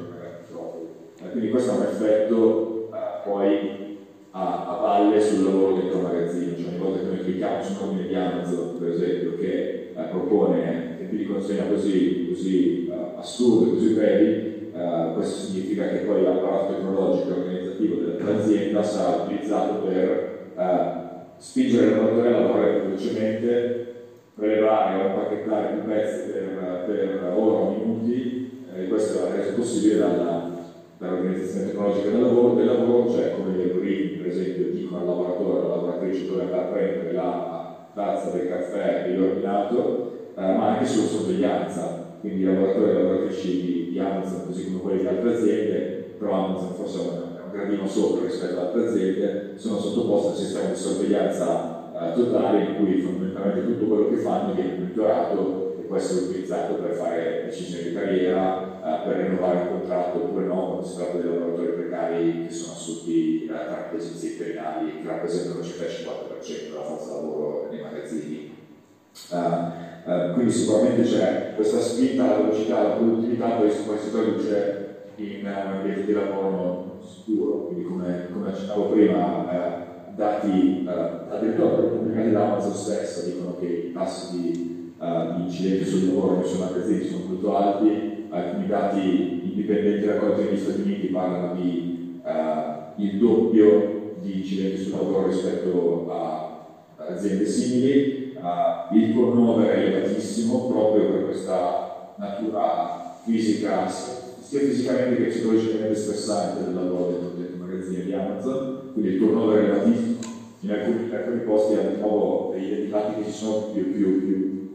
quindi questo ha un effetto eh, poi a, a valle sul lavoro dentro il magazzino, cioè ogni volta che noi clicchiamo su un ordine di Amazon, per esempio, che eh, propone tempi di consegna così, così eh, assurdi, così brevi, eh, questo significa che poi l'apparato tecnologico e organizzativo dell'azienda sarà utilizzato per eh, spingere il lavoratore a lavorare più velocemente, prelevare o impacchettare più pezzi per, per ore o minuti, e questo è reso possibile dalla dall'organizzazione tecnologica del lavoro, del lavoro, cioè come gli algoritmi, per esempio, dicono al lavoratore o alla lavoratrice dove andare a prendere la tazza del caffè che gli ho ordinato, eh, ma anche sulla sorveglianza. Quindi i lavoratori e le lavoratrici di, di Amazon, così come quelli di altre aziende, però Amazon forse è un, è un gradino sopra rispetto ad altre aziende, sono sottoposti a un sistema di sorveglianza eh, totale in cui fondamentalmente tutto quello che fanno viene monitorato e può essere utilizzato per fare decisioni di carriera, Uh, per rinnovare un contratto oppure no, quando si tratta di lavoratori precari che sono assunti uh, tramite agenzie interinali che rappresentano circa il cinquanta per cento della forza lavoro nei magazzini. Uh, uh, quindi sicuramente c'è questa spinta alla velocità, alla produttività, poi si traduce in uh, un ambiente di lavoro non sicuro, quindi come, come accennavo prima, uh, dati uh, addirittura pubblicati da Amazon stessa dicono che i tassi di, uh, di incidenti sul lavoro nei suoi magazzini sono molto alti. Alcuni dati indipendenti raccolti negli Stati Uniti parlano di uh, il doppio di incidenti sul lavoro rispetto a, a aziende simili. Uh, il turnover è elevatissimo proprio per questa natura fisica, sia fisicamente che psicologicamente stressante del lavoro dentro il magazzino di Amazon, quindi il turnover è elevatissimo. In alcuni, in alcuni posti abbiamo dei dati che ci sono più, più, più,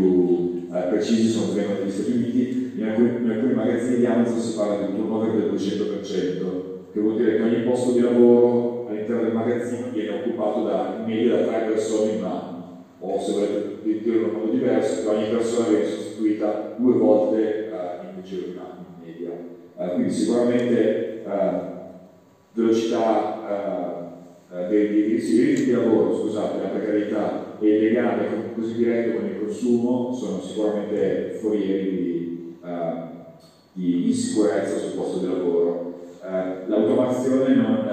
più eh, precisi, sono vengono dagli Stati Uniti. In alcuni, in alcuni magazzini di Amazon si parla di un turnover del duecento per cento, che vuol dire che ogni posto di lavoro all'interno del magazzino viene occupato da, in media da tre persone in un anno, o se volete dire in un modo diverso, che ogni persona viene sostituita due volte uh, in un giro di un anno in media. Uh, quindi sicuramente uh, velocità uh, uh, dei, dei, dei ritmi di lavoro, scusate, la precarietà e il legame così diretto con il consumo sono sicuramente forieri di Uh, di insicurezza sul posto di lavoro. Uh, L'automazione non,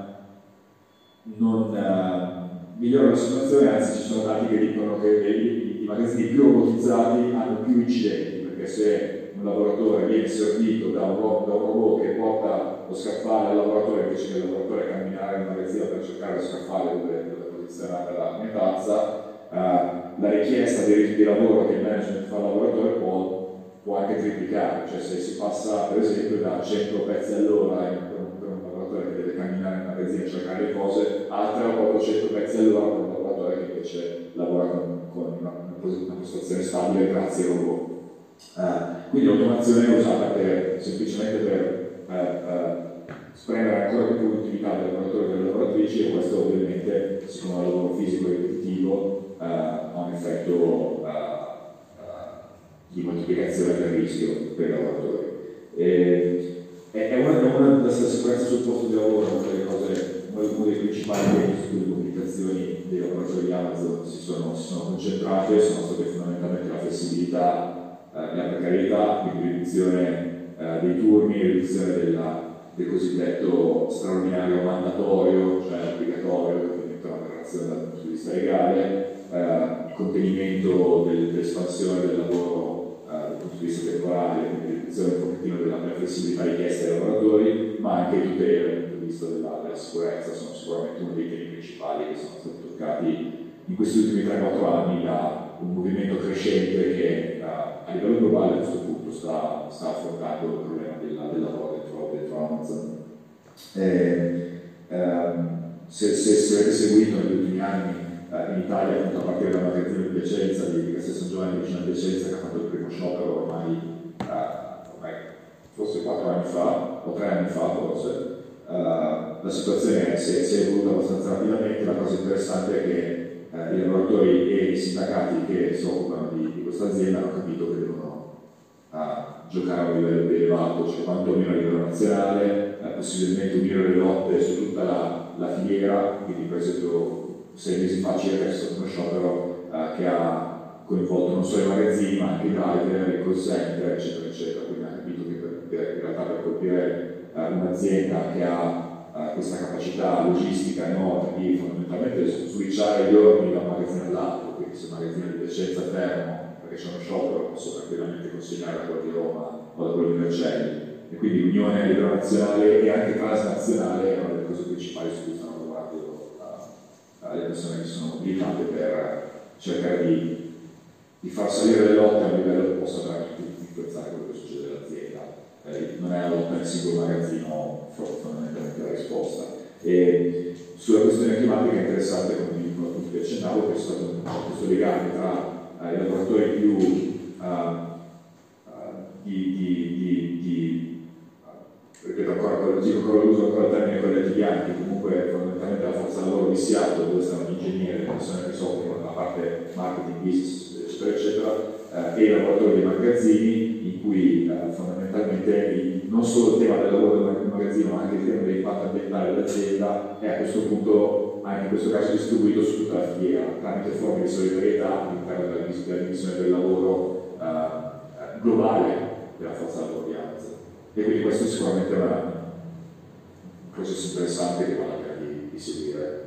uh, non uh, migliora la situazione, anzi ci sono dati che dicono che i, i magazzini più robotizzati hanno più incidenti, perché se un lavoratore viene servito da un, ro da un robot che porta lo scaffale al lavoratore invece che il lavoratore camminare nel magazzino per cercare lo scaffale dove, dove è posizionata la mia tazza, uh, la richiesta dei ritmi di lavoro che il management fa al lavoratore può può anche triplicare, cioè se si passa per esempio da cento pezzi all'ora per un, per un lavoratore che deve camminare in magazzino a cercare le cose, a tre o quattrocento pezzi all'ora per un lavoratore che invece lavora con, con una, una postazione stabile grazie al robot. Uh, quindi l'automazione è usata per, semplicemente per uh, uh, spremere ancora più produttività dei lavoratori e delle lavoratrici, e questo ovviamente, siccome è un lavoro fisico e ripetitivo, uh, ha un effetto uh, di moltiplicazione del rischio per i lavoratori. E, è una, è una della sicurezza sul posto di lavoro, una delle cose, uno dei principali temi su cui le comunicazioni dei lavoratori di Amazon si sono, si sono concentrate, sono state fondamentalmente la flessibilità, eh, la precarietà, quindi riduzione eh, dei turni, riduzione della, del cosiddetto straordinario mandatorio, cioè obbligatorio, che diventa un'operazione dal punto di vista legale, eh, il contenimento del, dell'espansione del lavoro dal punto di vista temporale, quindi riduzione un pochettino della, della flessibilità richiesta ai lavoratori, ma anche tutela dal punto di vista della, della sicurezza sono sicuramente uno dei temi principali che sono stati toccati in questi ultimi tre quattro anni da un movimento crescente che uh, a livello globale a questo punto sta, sta affrontando il problema della, del lavoro dentro, dentro Amazon. Eh, ehm, se, se, se avete seguito negli ultimi anni uh, in Italia, appunto, a partire dal magazzino di Piacenza, di Castel San Giovanni vicino a Piacenza, che ha fatto il primo sciopero ormai, eh, ormai forse quattro anni fa, o tre anni fa forse. Uh, la situazione si è, si è evoluta abbastanza rapidamente. La cosa interessante è che uh, i lavoratori e i sindacati che si occupano di, di questa azienda hanno capito che devono uh, giocare a un livello più elevato, cioè quantomeno a livello nazionale, uh, possibilmente unire le lotte su tutta la, la filiera. Quindi per esempio sei mesi fa circa c'è stato uno sciopero uh, che ha coinvolto non solo i magazzini ma anche i driver, i call center, eccetera eccetera. Quindi hanno capito che per, per, in realtà per colpire un'azienda che ha uh, questa capacità logistica enorme di fondamentalmente switchare gli ordini da un magazzino all'altro, quindi se il magazzino di Piacenza è fermo perché c'è uno sciopero posso tranquillamente consegnare da quello di Roma o da quello di Vercelli, e quindi l'unione a livello nazionale e anche transnazionale è una delle cose principali su cui stanno lavorando uh, uh, le persone che sono mobilitate per cercare di, di far salire le lotte a un livello che possa veramente influenzare quello che succede all'azienda. Eh, non è la lotta nel singolo magazzino fondamentalmente la risposta. E sulla questione climatica è interessante, come vi accennavo, che c'è stato questo legame tra eh, i lavoratori più uh, uh, di, di, di, di uh, ripeto ancora, ancora l'uso ancora il termine colletti bianchi, comunque fondamentalmente la forza lavoro di Seattle, dove stanno gli ingegneri, le persone che si occupano della parte marketing, business, eccetera eccetera, eh, e i lavoratori dei magazzini, in cui eh, fondamentalmente il, non solo il tema del lavoro del magazzino ma anche il tema dell'impatto ambientale dell'azienda è a questo punto, anche in questo caso, distribuito su tutta la filiera tramite forme di solidarietà all'interno della, della divisione del lavoro eh, globale della forza lavoro di Amazon. E quindi questo è sicuramente una, un processo interessante che vale la pena di, di seguire.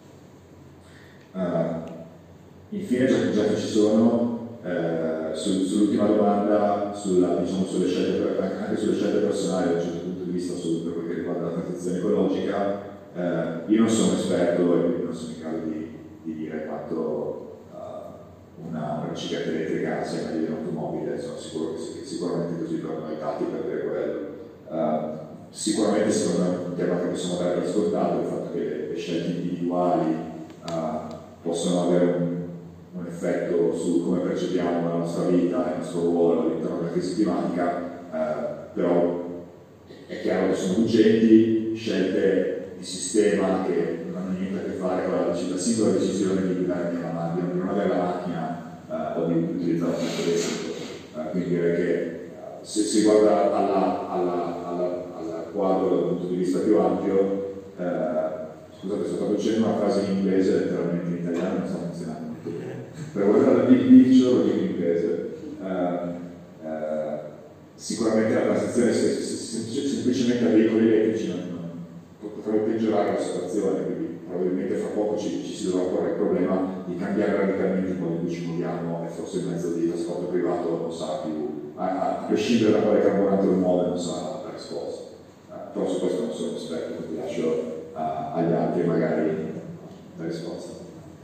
Uh, infine, già, già che ci sono, Eh, su, sull'ultima domanda, sulla, diciamo, sulle scelte, anche sulle scelte personali da un certo punto di vista su, per quel che riguarda la transizione ecologica, eh, io non sono esperto e quindi non sono in grado di, di dire quanto uh, una, una bicicletta elettrica sia meglio di un'automobile. Sono sicuro che, che sicuramente così per noi dati per dire quello. Uh, sicuramente secondo me è un tema che possiamo dare per scontato, il fatto che le, le scelte individuali uh, possono avere un un effetto su come percepiamo la nostra vita e il nostro ruolo all'interno della crisi climatica, eh, però è chiaro che sono urgenti, scelte di sistema che non hanno niente a che fare con la, la singola decisione di guidare di non avere la macchina eh, o di utilizzare la telefono. Eh, quindi direi che eh, se si guarda alla, alla, alla, alla quadro dal punto di vista più ampio, eh, scusate, sto traducendo una frase in inglese letteralmente in italiano, non sta funzionando. Per guardare la big picture lo dico in inglese, uh, uh, sicuramente la transizione se, se, se, semplicemente a veicoli elettrici non, non potrebbe peggiorare la situazione, quindi probabilmente fra poco ci, ci si dovrà porre il problema di cambiare radicalmente il modo in cui ci muoviamo, e forse il mezzo di trasporto privato non sarà più, a, a prescindere da quale carburante lo muove, non sarà la risposta. Uh, però su questo non sono esperto, quindi lascio uh, agli altri magari la risposta.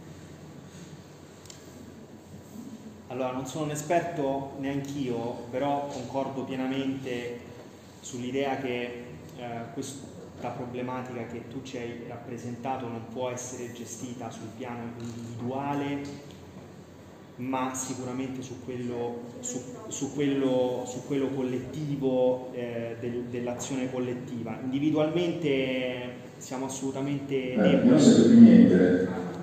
Allora, non sono un esperto neanch'io, però concordo pienamente sull'idea che eh, questa problematica che tu ci hai rappresentato non può essere gestita sul piano individuale, ma sicuramente su quello, su, su quello, su quello collettivo, eh, del, dell'azione collettiva. Individualmente siamo assolutamente deboli. Eh, non sento più niente.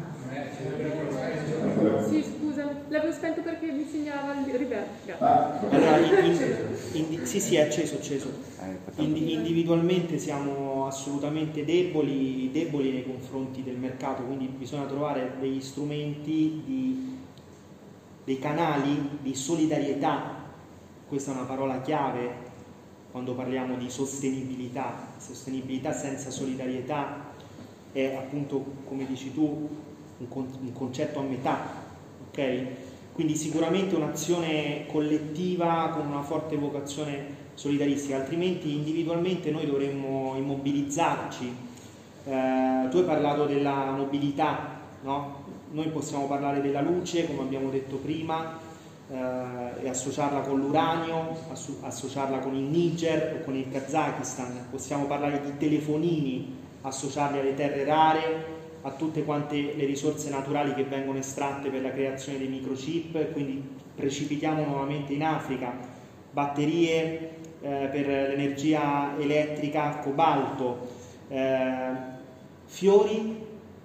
Sì, scusa, l'avevo spento perché mi segnalava il reverb. Ah, allora, in, in, in, sì, sì, è acceso, acceso. Indi, individualmente siamo assolutamente deboli, deboli nei confronti del mercato, quindi bisogna trovare degli strumenti, di, dei canali di solidarietà. Questa è una parola chiave quando parliamo di sostenibilità. Sostenibilità senza solidarietà è appunto, come dici tu, un, con, un concetto a metà. Okay? Quindi sicuramente un'azione collettiva con una forte vocazione solidaristica, altrimenti individualmente noi dovremmo immobilizzarci. Eh, tu hai parlato della mobilità, no? Noi possiamo parlare della luce, come abbiamo detto prima, eh, e associarla con l'uranio, asso- associarla con il Niger o con il Kazakistan. Possiamo parlare di telefonini, associarli alle terre rare a tutte quante le risorse naturali che vengono estratte per la creazione dei microchip, quindi precipitiamo nuovamente in Africa, batterie eh, per l'energia elettrica, cobalto, eh, fiori.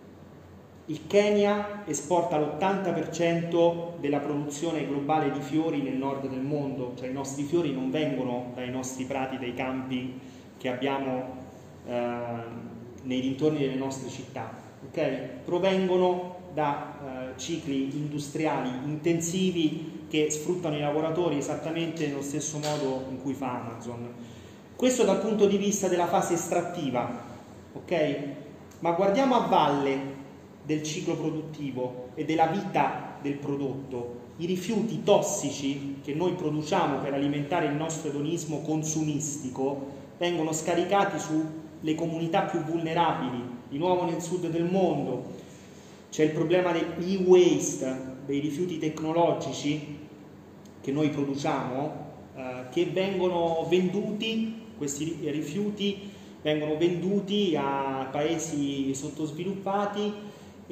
Il Kenya esporta l'ottanta per cento della produzione globale di fiori nel nord del mondo, cioè i nostri fiori non vengono dai nostri prati, dai campi che abbiamo eh, nei dintorni delle nostre città, okay? Provengono da eh, cicli industriali intensivi che sfruttano i lavoratori esattamente nello stesso modo in cui fa Amazon. Questo dal punto di vista della fase estrattiva, ok? Ma guardiamo a valle del ciclo produttivo e della vita del prodotto. I rifiuti tossici che noi produciamo per alimentare il nostro edonismo consumistico vengono scaricati sulle comunità più vulnerabili, di nuovo nel sud del mondo. C'è il problema dell'e-waste, dei rifiuti tecnologici che noi produciamo, eh, che vengono venduti, questi rifiuti vengono venduti a paesi sottosviluppati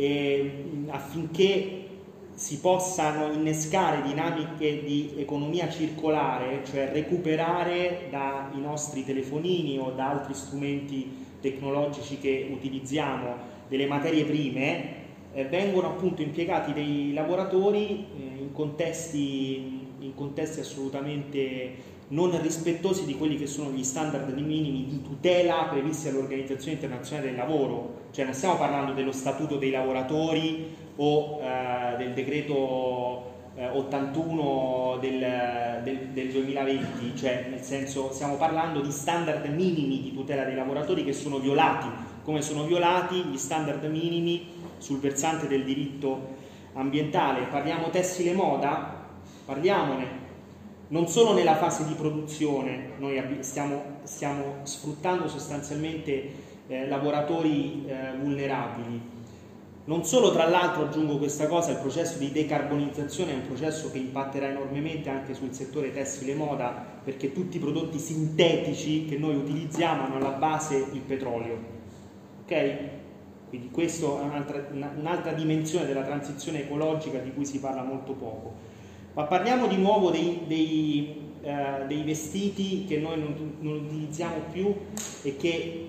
e, affinché si possano innescare dinamiche di economia circolare, cioè recuperare dai nostri telefonini o da altri strumenti tecnologici che utilizziamo delle materie prime, eh, vengono appunto impiegati dei lavoratori eh, in contesti, in contesti assolutamente non rispettosi di quelli che sono gli standard minimi di tutela previsti dall'Organizzazione Internazionale del Lavoro. Cioè non stiamo parlando dello Statuto dei lavoratori o eh, del decreto eh, ottantuno del, del, del duemilaventi, cioè nel senso stiamo parlando di standard minimi di tutela dei lavoratori che sono violati, come sono violati gli standard minimi sul versante del diritto ambientale. Parliamo tessile moda? Parliamone. Non solo nella fase di produzione noi stiamo, stiamo sfruttando sostanzialmente eh, lavoratori eh, vulnerabili, non solo, tra l'altro aggiungo questa cosa, il processo di decarbonizzazione è un processo che impatterà enormemente anche sul settore tessile moda, perché tutti i prodotti sintetici che noi utilizziamo hanno alla base il petrolio, ok? Quindi questa è un'altra, un'altra dimensione della transizione ecologica di cui si parla molto poco. Ma parliamo di nuovo dei, dei, eh, dei vestiti che noi non, non utilizziamo più e che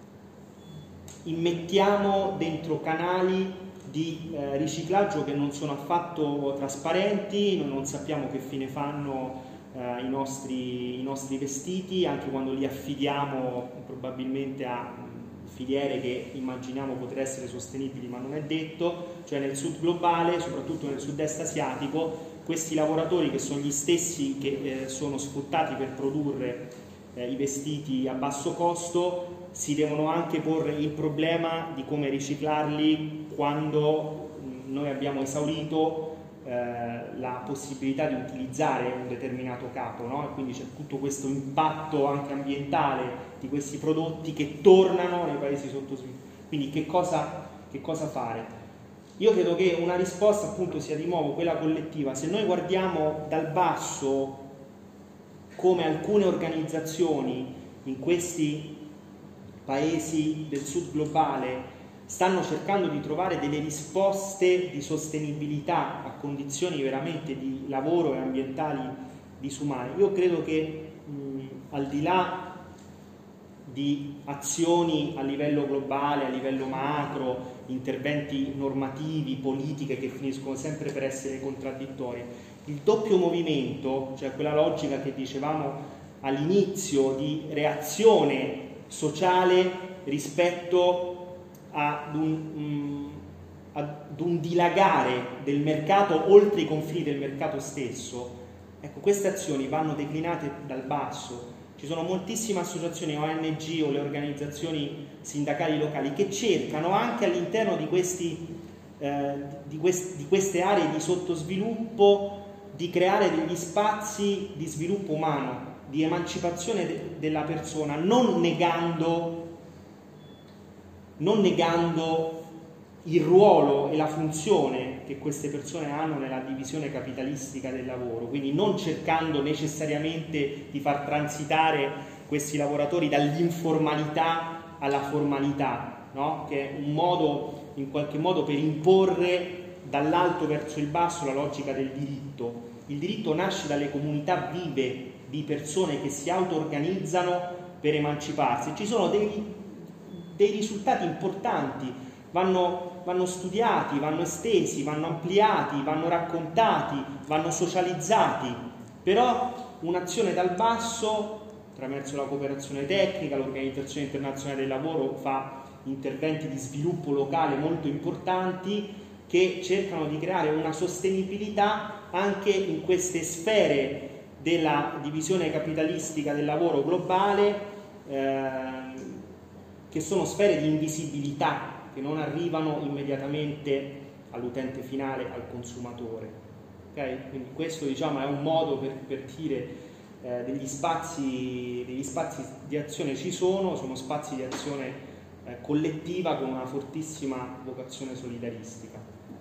immettiamo dentro canali di eh, riciclaggio che non sono affatto trasparenti, noi non sappiamo che fine fanno eh, i, nostri, i nostri vestiti, anche quando li affidiamo probabilmente a filiere che immaginiamo poter essere sostenibili, ma non è detto. Cioè nel sud globale, soprattutto nel sud-est asiatico, questi lavoratori, che sono gli stessi che eh, sono sfruttati per produrre eh, i vestiti a basso costo, si devono anche porre il problema di come riciclarli quando mh, noi abbiamo esaurito eh, la possibilità di utilizzare un determinato capo, no? E quindi c'è tutto questo impatto anche ambientale di questi prodotti che tornano nei paesi sottosviluppati. Quindi che cosa, che cosa fare? Io credo che una risposta appunto sia di nuovo quella collettiva. Se noi guardiamo dal basso come alcune organizzazioni in questi paesi del sud globale stanno cercando di trovare delle risposte di sostenibilità a condizioni veramente di lavoro e ambientali disumane, io credo che mh, al di là di azioni a livello globale, a livello macro, interventi normativi, politiche che finiscono sempre per essere contraddittorie, il doppio movimento, cioè quella logica che dicevamo all'inizio di reazione sociale rispetto ad un, um, ad un dilagare del mercato oltre i confini del mercato stesso, ecco, queste azioni vanno declinate dal basso. Ci sono moltissime associazioni O N G o le organizzazioni sindacali locali che cercano anche all'interno di, questi, eh, di, quest, di queste aree di sottosviluppo di creare degli spazi di sviluppo umano, di emancipazione de, della persona, non negando, non negando il ruolo e la funzione che queste persone hanno nella divisione capitalistica del lavoro, quindi non cercando necessariamente di far transitare questi lavoratori dall'informalità alla formalità, no? Che è un modo in qualche modo per imporre dall'alto verso il basso la logica del diritto. Il diritto nasce dalle comunità vive di persone che si auto-organizzano per emanciparsi. Ci sono dei, dei risultati importanti, vanno, vanno studiati, vanno estesi, vanno ampliati, vanno raccontati, vanno socializzati, però un'azione dal basso, attraverso la cooperazione tecnica, l'Organizzazione Internazionale del Lavoro fa interventi di sviluppo locale molto importanti che cercano di creare una sostenibilità anche in queste sfere della divisione capitalistica del lavoro globale, eh, che sono sfere di invisibilità, che non arrivano immediatamente all'utente finale, al consumatore. Okay? Quindi questo, diciamo, è un modo per, per dire eh, degli spazi, degli spazi di azione ci sono, sono spazi di azione eh, collettiva con una fortissima vocazione solidaristica.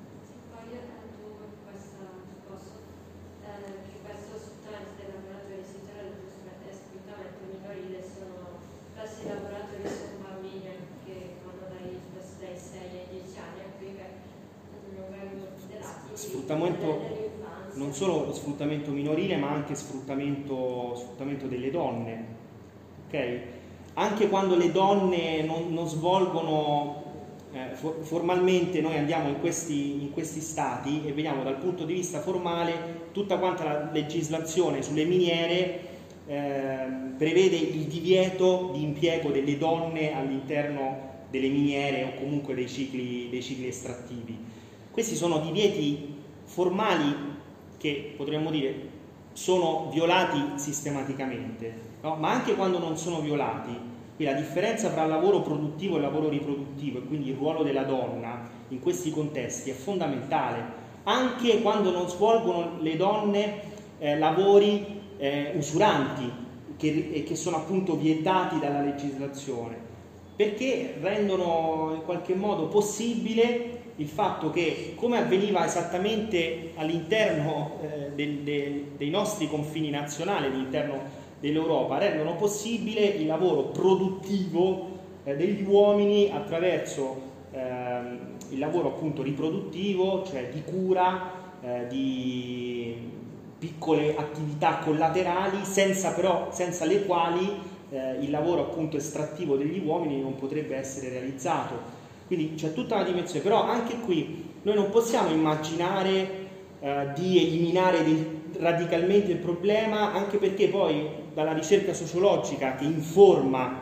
Sfruttamento, non solo sfruttamento minorile, ma anche sfruttamento, sfruttamento delle donne, okay? Anche quando le donne non, non svolgono eh, for, formalmente, noi andiamo in questi, in questi stati e vediamo dal punto di vista formale tutta quanta la legislazione sulle miniere eh, prevede il divieto di impiego delle donne all'interno delle miniere o comunque dei cicli, dei cicli estrattivi. Questi sono divieti formali che potremmo dire sono violati sistematicamente, no? Ma anche quando non sono violati, qui la differenza tra lavoro produttivo e lavoro riproduttivo e quindi il ruolo della donna in questi contesti è fondamentale, anche quando non svolgono le donne eh, lavori eh, usuranti che, che sono appunto vietati dalla legislazione, perché rendono in qualche modo possibile il fatto che, come avveniva esattamente all'interno eh, del, del, dei nostri confini nazionali, all'interno dell'Europa, rendono possibile il lavoro produttivo eh, degli uomini attraverso eh, il lavoro appunto riproduttivo, cioè di cura, eh, di piccole attività collaterali, senza però, senza le quali eh, il lavoro appunto estrattivo degli uomini non potrebbe essere realizzato. Quindi c'è tutta una dimensione, però anche qui noi non possiamo immaginare eh, di eliminare del, radicalmente il problema, anche perché poi dalla ricerca sociologica che informa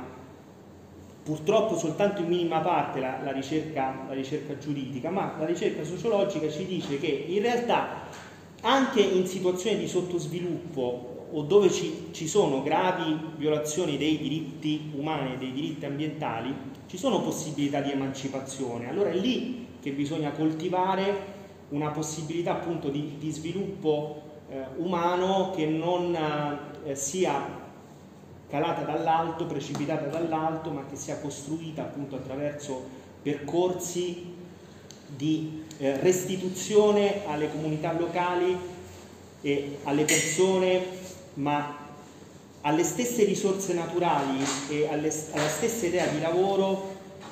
purtroppo soltanto in minima parte la, la, ricerca, la ricerca giuridica, ma la ricerca sociologica ci dice che in realtà anche in situazioni di sottosviluppo o dove ci, ci sono gravi violazioni dei diritti umani e dei diritti ambientali, ci sono possibilità di emancipazione. Allora è lì che bisogna coltivare una possibilità appunto di, di sviluppo eh, umano che non eh, sia calata dall'alto, precipitata dall'alto, ma che sia costruita appunto attraverso percorsi di eh, restituzione alle comunità locali e alle persone, ma alle stesse risorse naturali e alle, alla stessa idea di lavoro,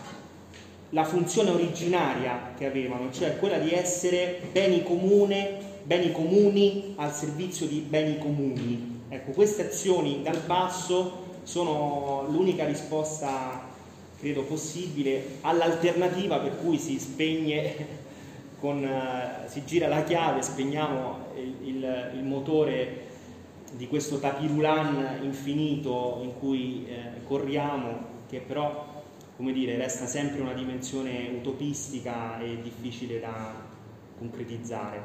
la funzione originaria che avevano, cioè quella di essere beni comune, beni comuni al servizio di beni comuni. Ecco, queste azioni dal basso sono l'unica risposta, credo, possibile all'alternativa per cui si spegne con, uh, si gira la chiave, spegniamo il, il, il motore di questo tapirulan infinito in cui eh, corriamo, che però, come dire, resta sempre una dimensione utopistica e difficile da concretizzare.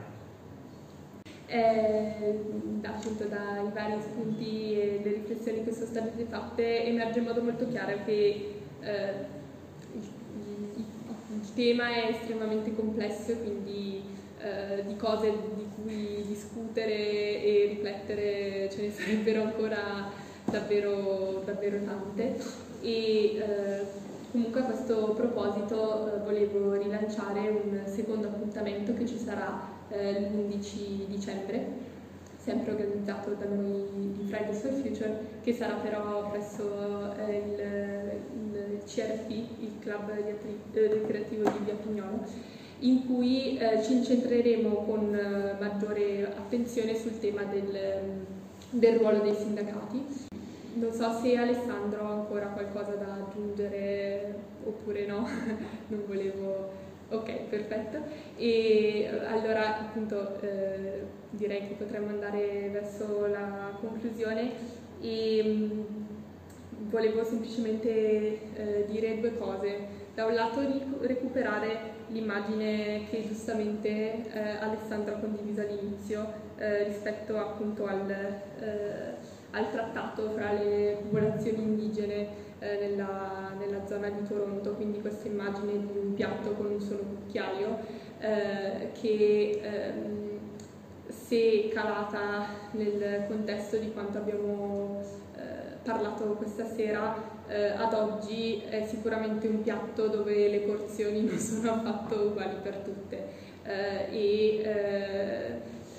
Eh, appunto dai vari spunti e le riflessioni che sono state fatte emerge in modo molto chiaro che eh, il, il, il tema è estremamente complesso, quindi eh, di cose di cui discutere e riflettere ce ne sarebbero ancora davvero, davvero tante e eh, comunque a questo proposito eh, volevo rilanciare un secondo appuntamento che ci sarà eh, l'undici dicembre sempre organizzato da noi di Fridays for Future, che sarà però presso eh, il, il C R P, il Club Ricreativo di Via Pignolo, in cui eh, ci incentreremo con eh, maggiore attenzione sul tema del, del ruolo dei sindacati. Non so se Alessandro ha ancora qualcosa da aggiungere oppure no, non volevo... Ok, perfetto. E allora appunto eh, direi che potremmo andare verso la conclusione e mh, volevo semplicemente eh, dire due cose. Da un lato recuperare l'immagine che giustamente eh, Alessandro ha condiviso all'inizio eh, rispetto appunto al, eh, al trattato fra le popolazioni indigene eh, nella, nella zona di Toronto, quindi questa immagine di un piatto con un solo cucchiaio eh, che ehm, se calata nel contesto di quanto abbiamo eh, parlato questa sera, eh, ad oggi è sicuramente un piatto dove le porzioni non sono affatto uguali per tutte eh, e, eh,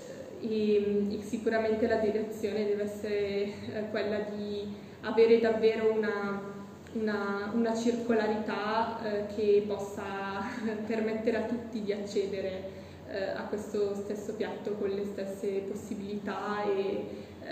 e, e sicuramente la direzione deve essere eh, quella di avere davvero una, una, una circolarità eh, che possa permettere a tutti di accedere eh, a questo stesso piatto con le stesse possibilità e,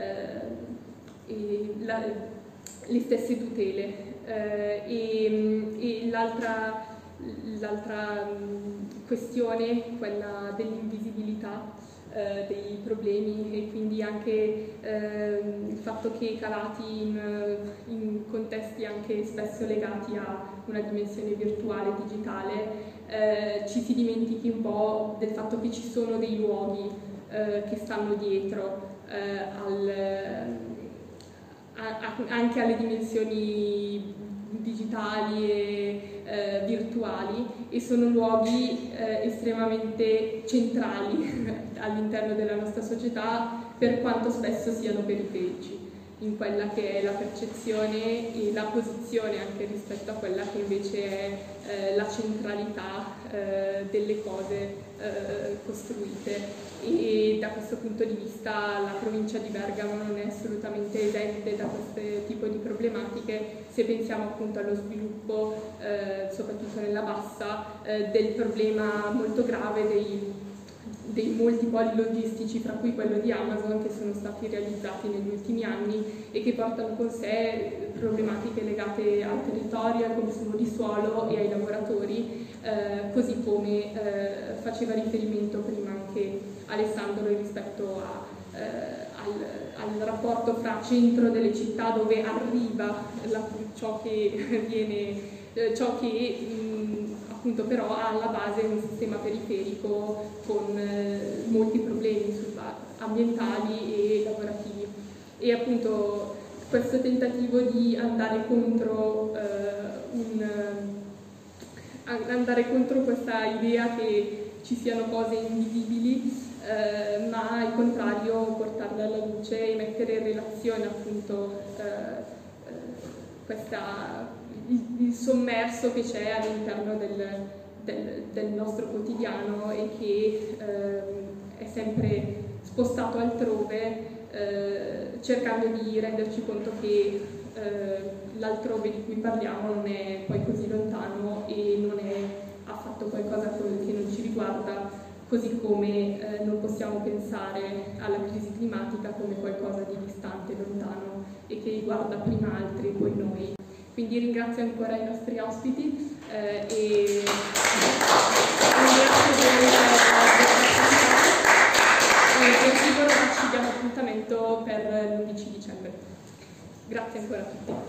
eh, e la, le stesse tutele. Eh, e e l'altra, l'altra questione, quella dell'invisibilità eh, dei problemi e quindi anche eh, il fatto che calati in, in contesti anche spesso legati a una dimensione virtuale, digitale, eh, ci si dimentichi un po' del fatto che ci sono dei luoghi eh, che stanno dietro eh, al anche alle dimensioni digitali e eh, virtuali e sono luoghi eh, estremamente centrali all'interno della nostra società, per quanto spesso siano periferici in quella che è la percezione e la posizione anche rispetto a quella che invece è eh, la centralità eh, delle cose eh, costruite. E da questo punto di vista la provincia di Bergamo non è assolutamente esente da questo tipo di problematiche, se pensiamo appunto allo sviluppo, eh, soprattutto nella bassa, eh, del problema molto grave dei dei molti poli logistici, fra cui quello di Amazon, che sono stati realizzati negli ultimi anni e che portano con sé problematiche legate al territorio, al consumo di suolo e ai lavoratori, eh, così come eh, faceva riferimento prima anche Alessandro rispetto a, eh, al, al rapporto fra centro delle città dove arriva la, ciò che viene, eh, ciò che mh, appunto però ha alla base un sistema periferico con eh, molti problemi ambientali e lavorativi. E appunto questo tentativo di andare contro, eh, un, andare contro questa idea che ci siano cose invisibili, eh, ma al contrario portarle alla luce e mettere in relazione appunto eh, questa Il, il sommerso che c'è all'interno del, del, del nostro quotidiano e che eh, è sempre spostato altrove, eh, cercando di renderci conto che eh, l'altrove di cui parliamo non è poi così lontano e non è affatto qualcosa che non ci riguarda, così come eh, non possiamo pensare alla crisi climatica come qualcosa di distante, lontano e che riguarda prima altri e poi noi. Quindi ringrazio ancora i nostri ospiti eh, e ringrazio per e sicuro ci diamo appuntamento per l'undici dicembre. Grazie ancora a tutti.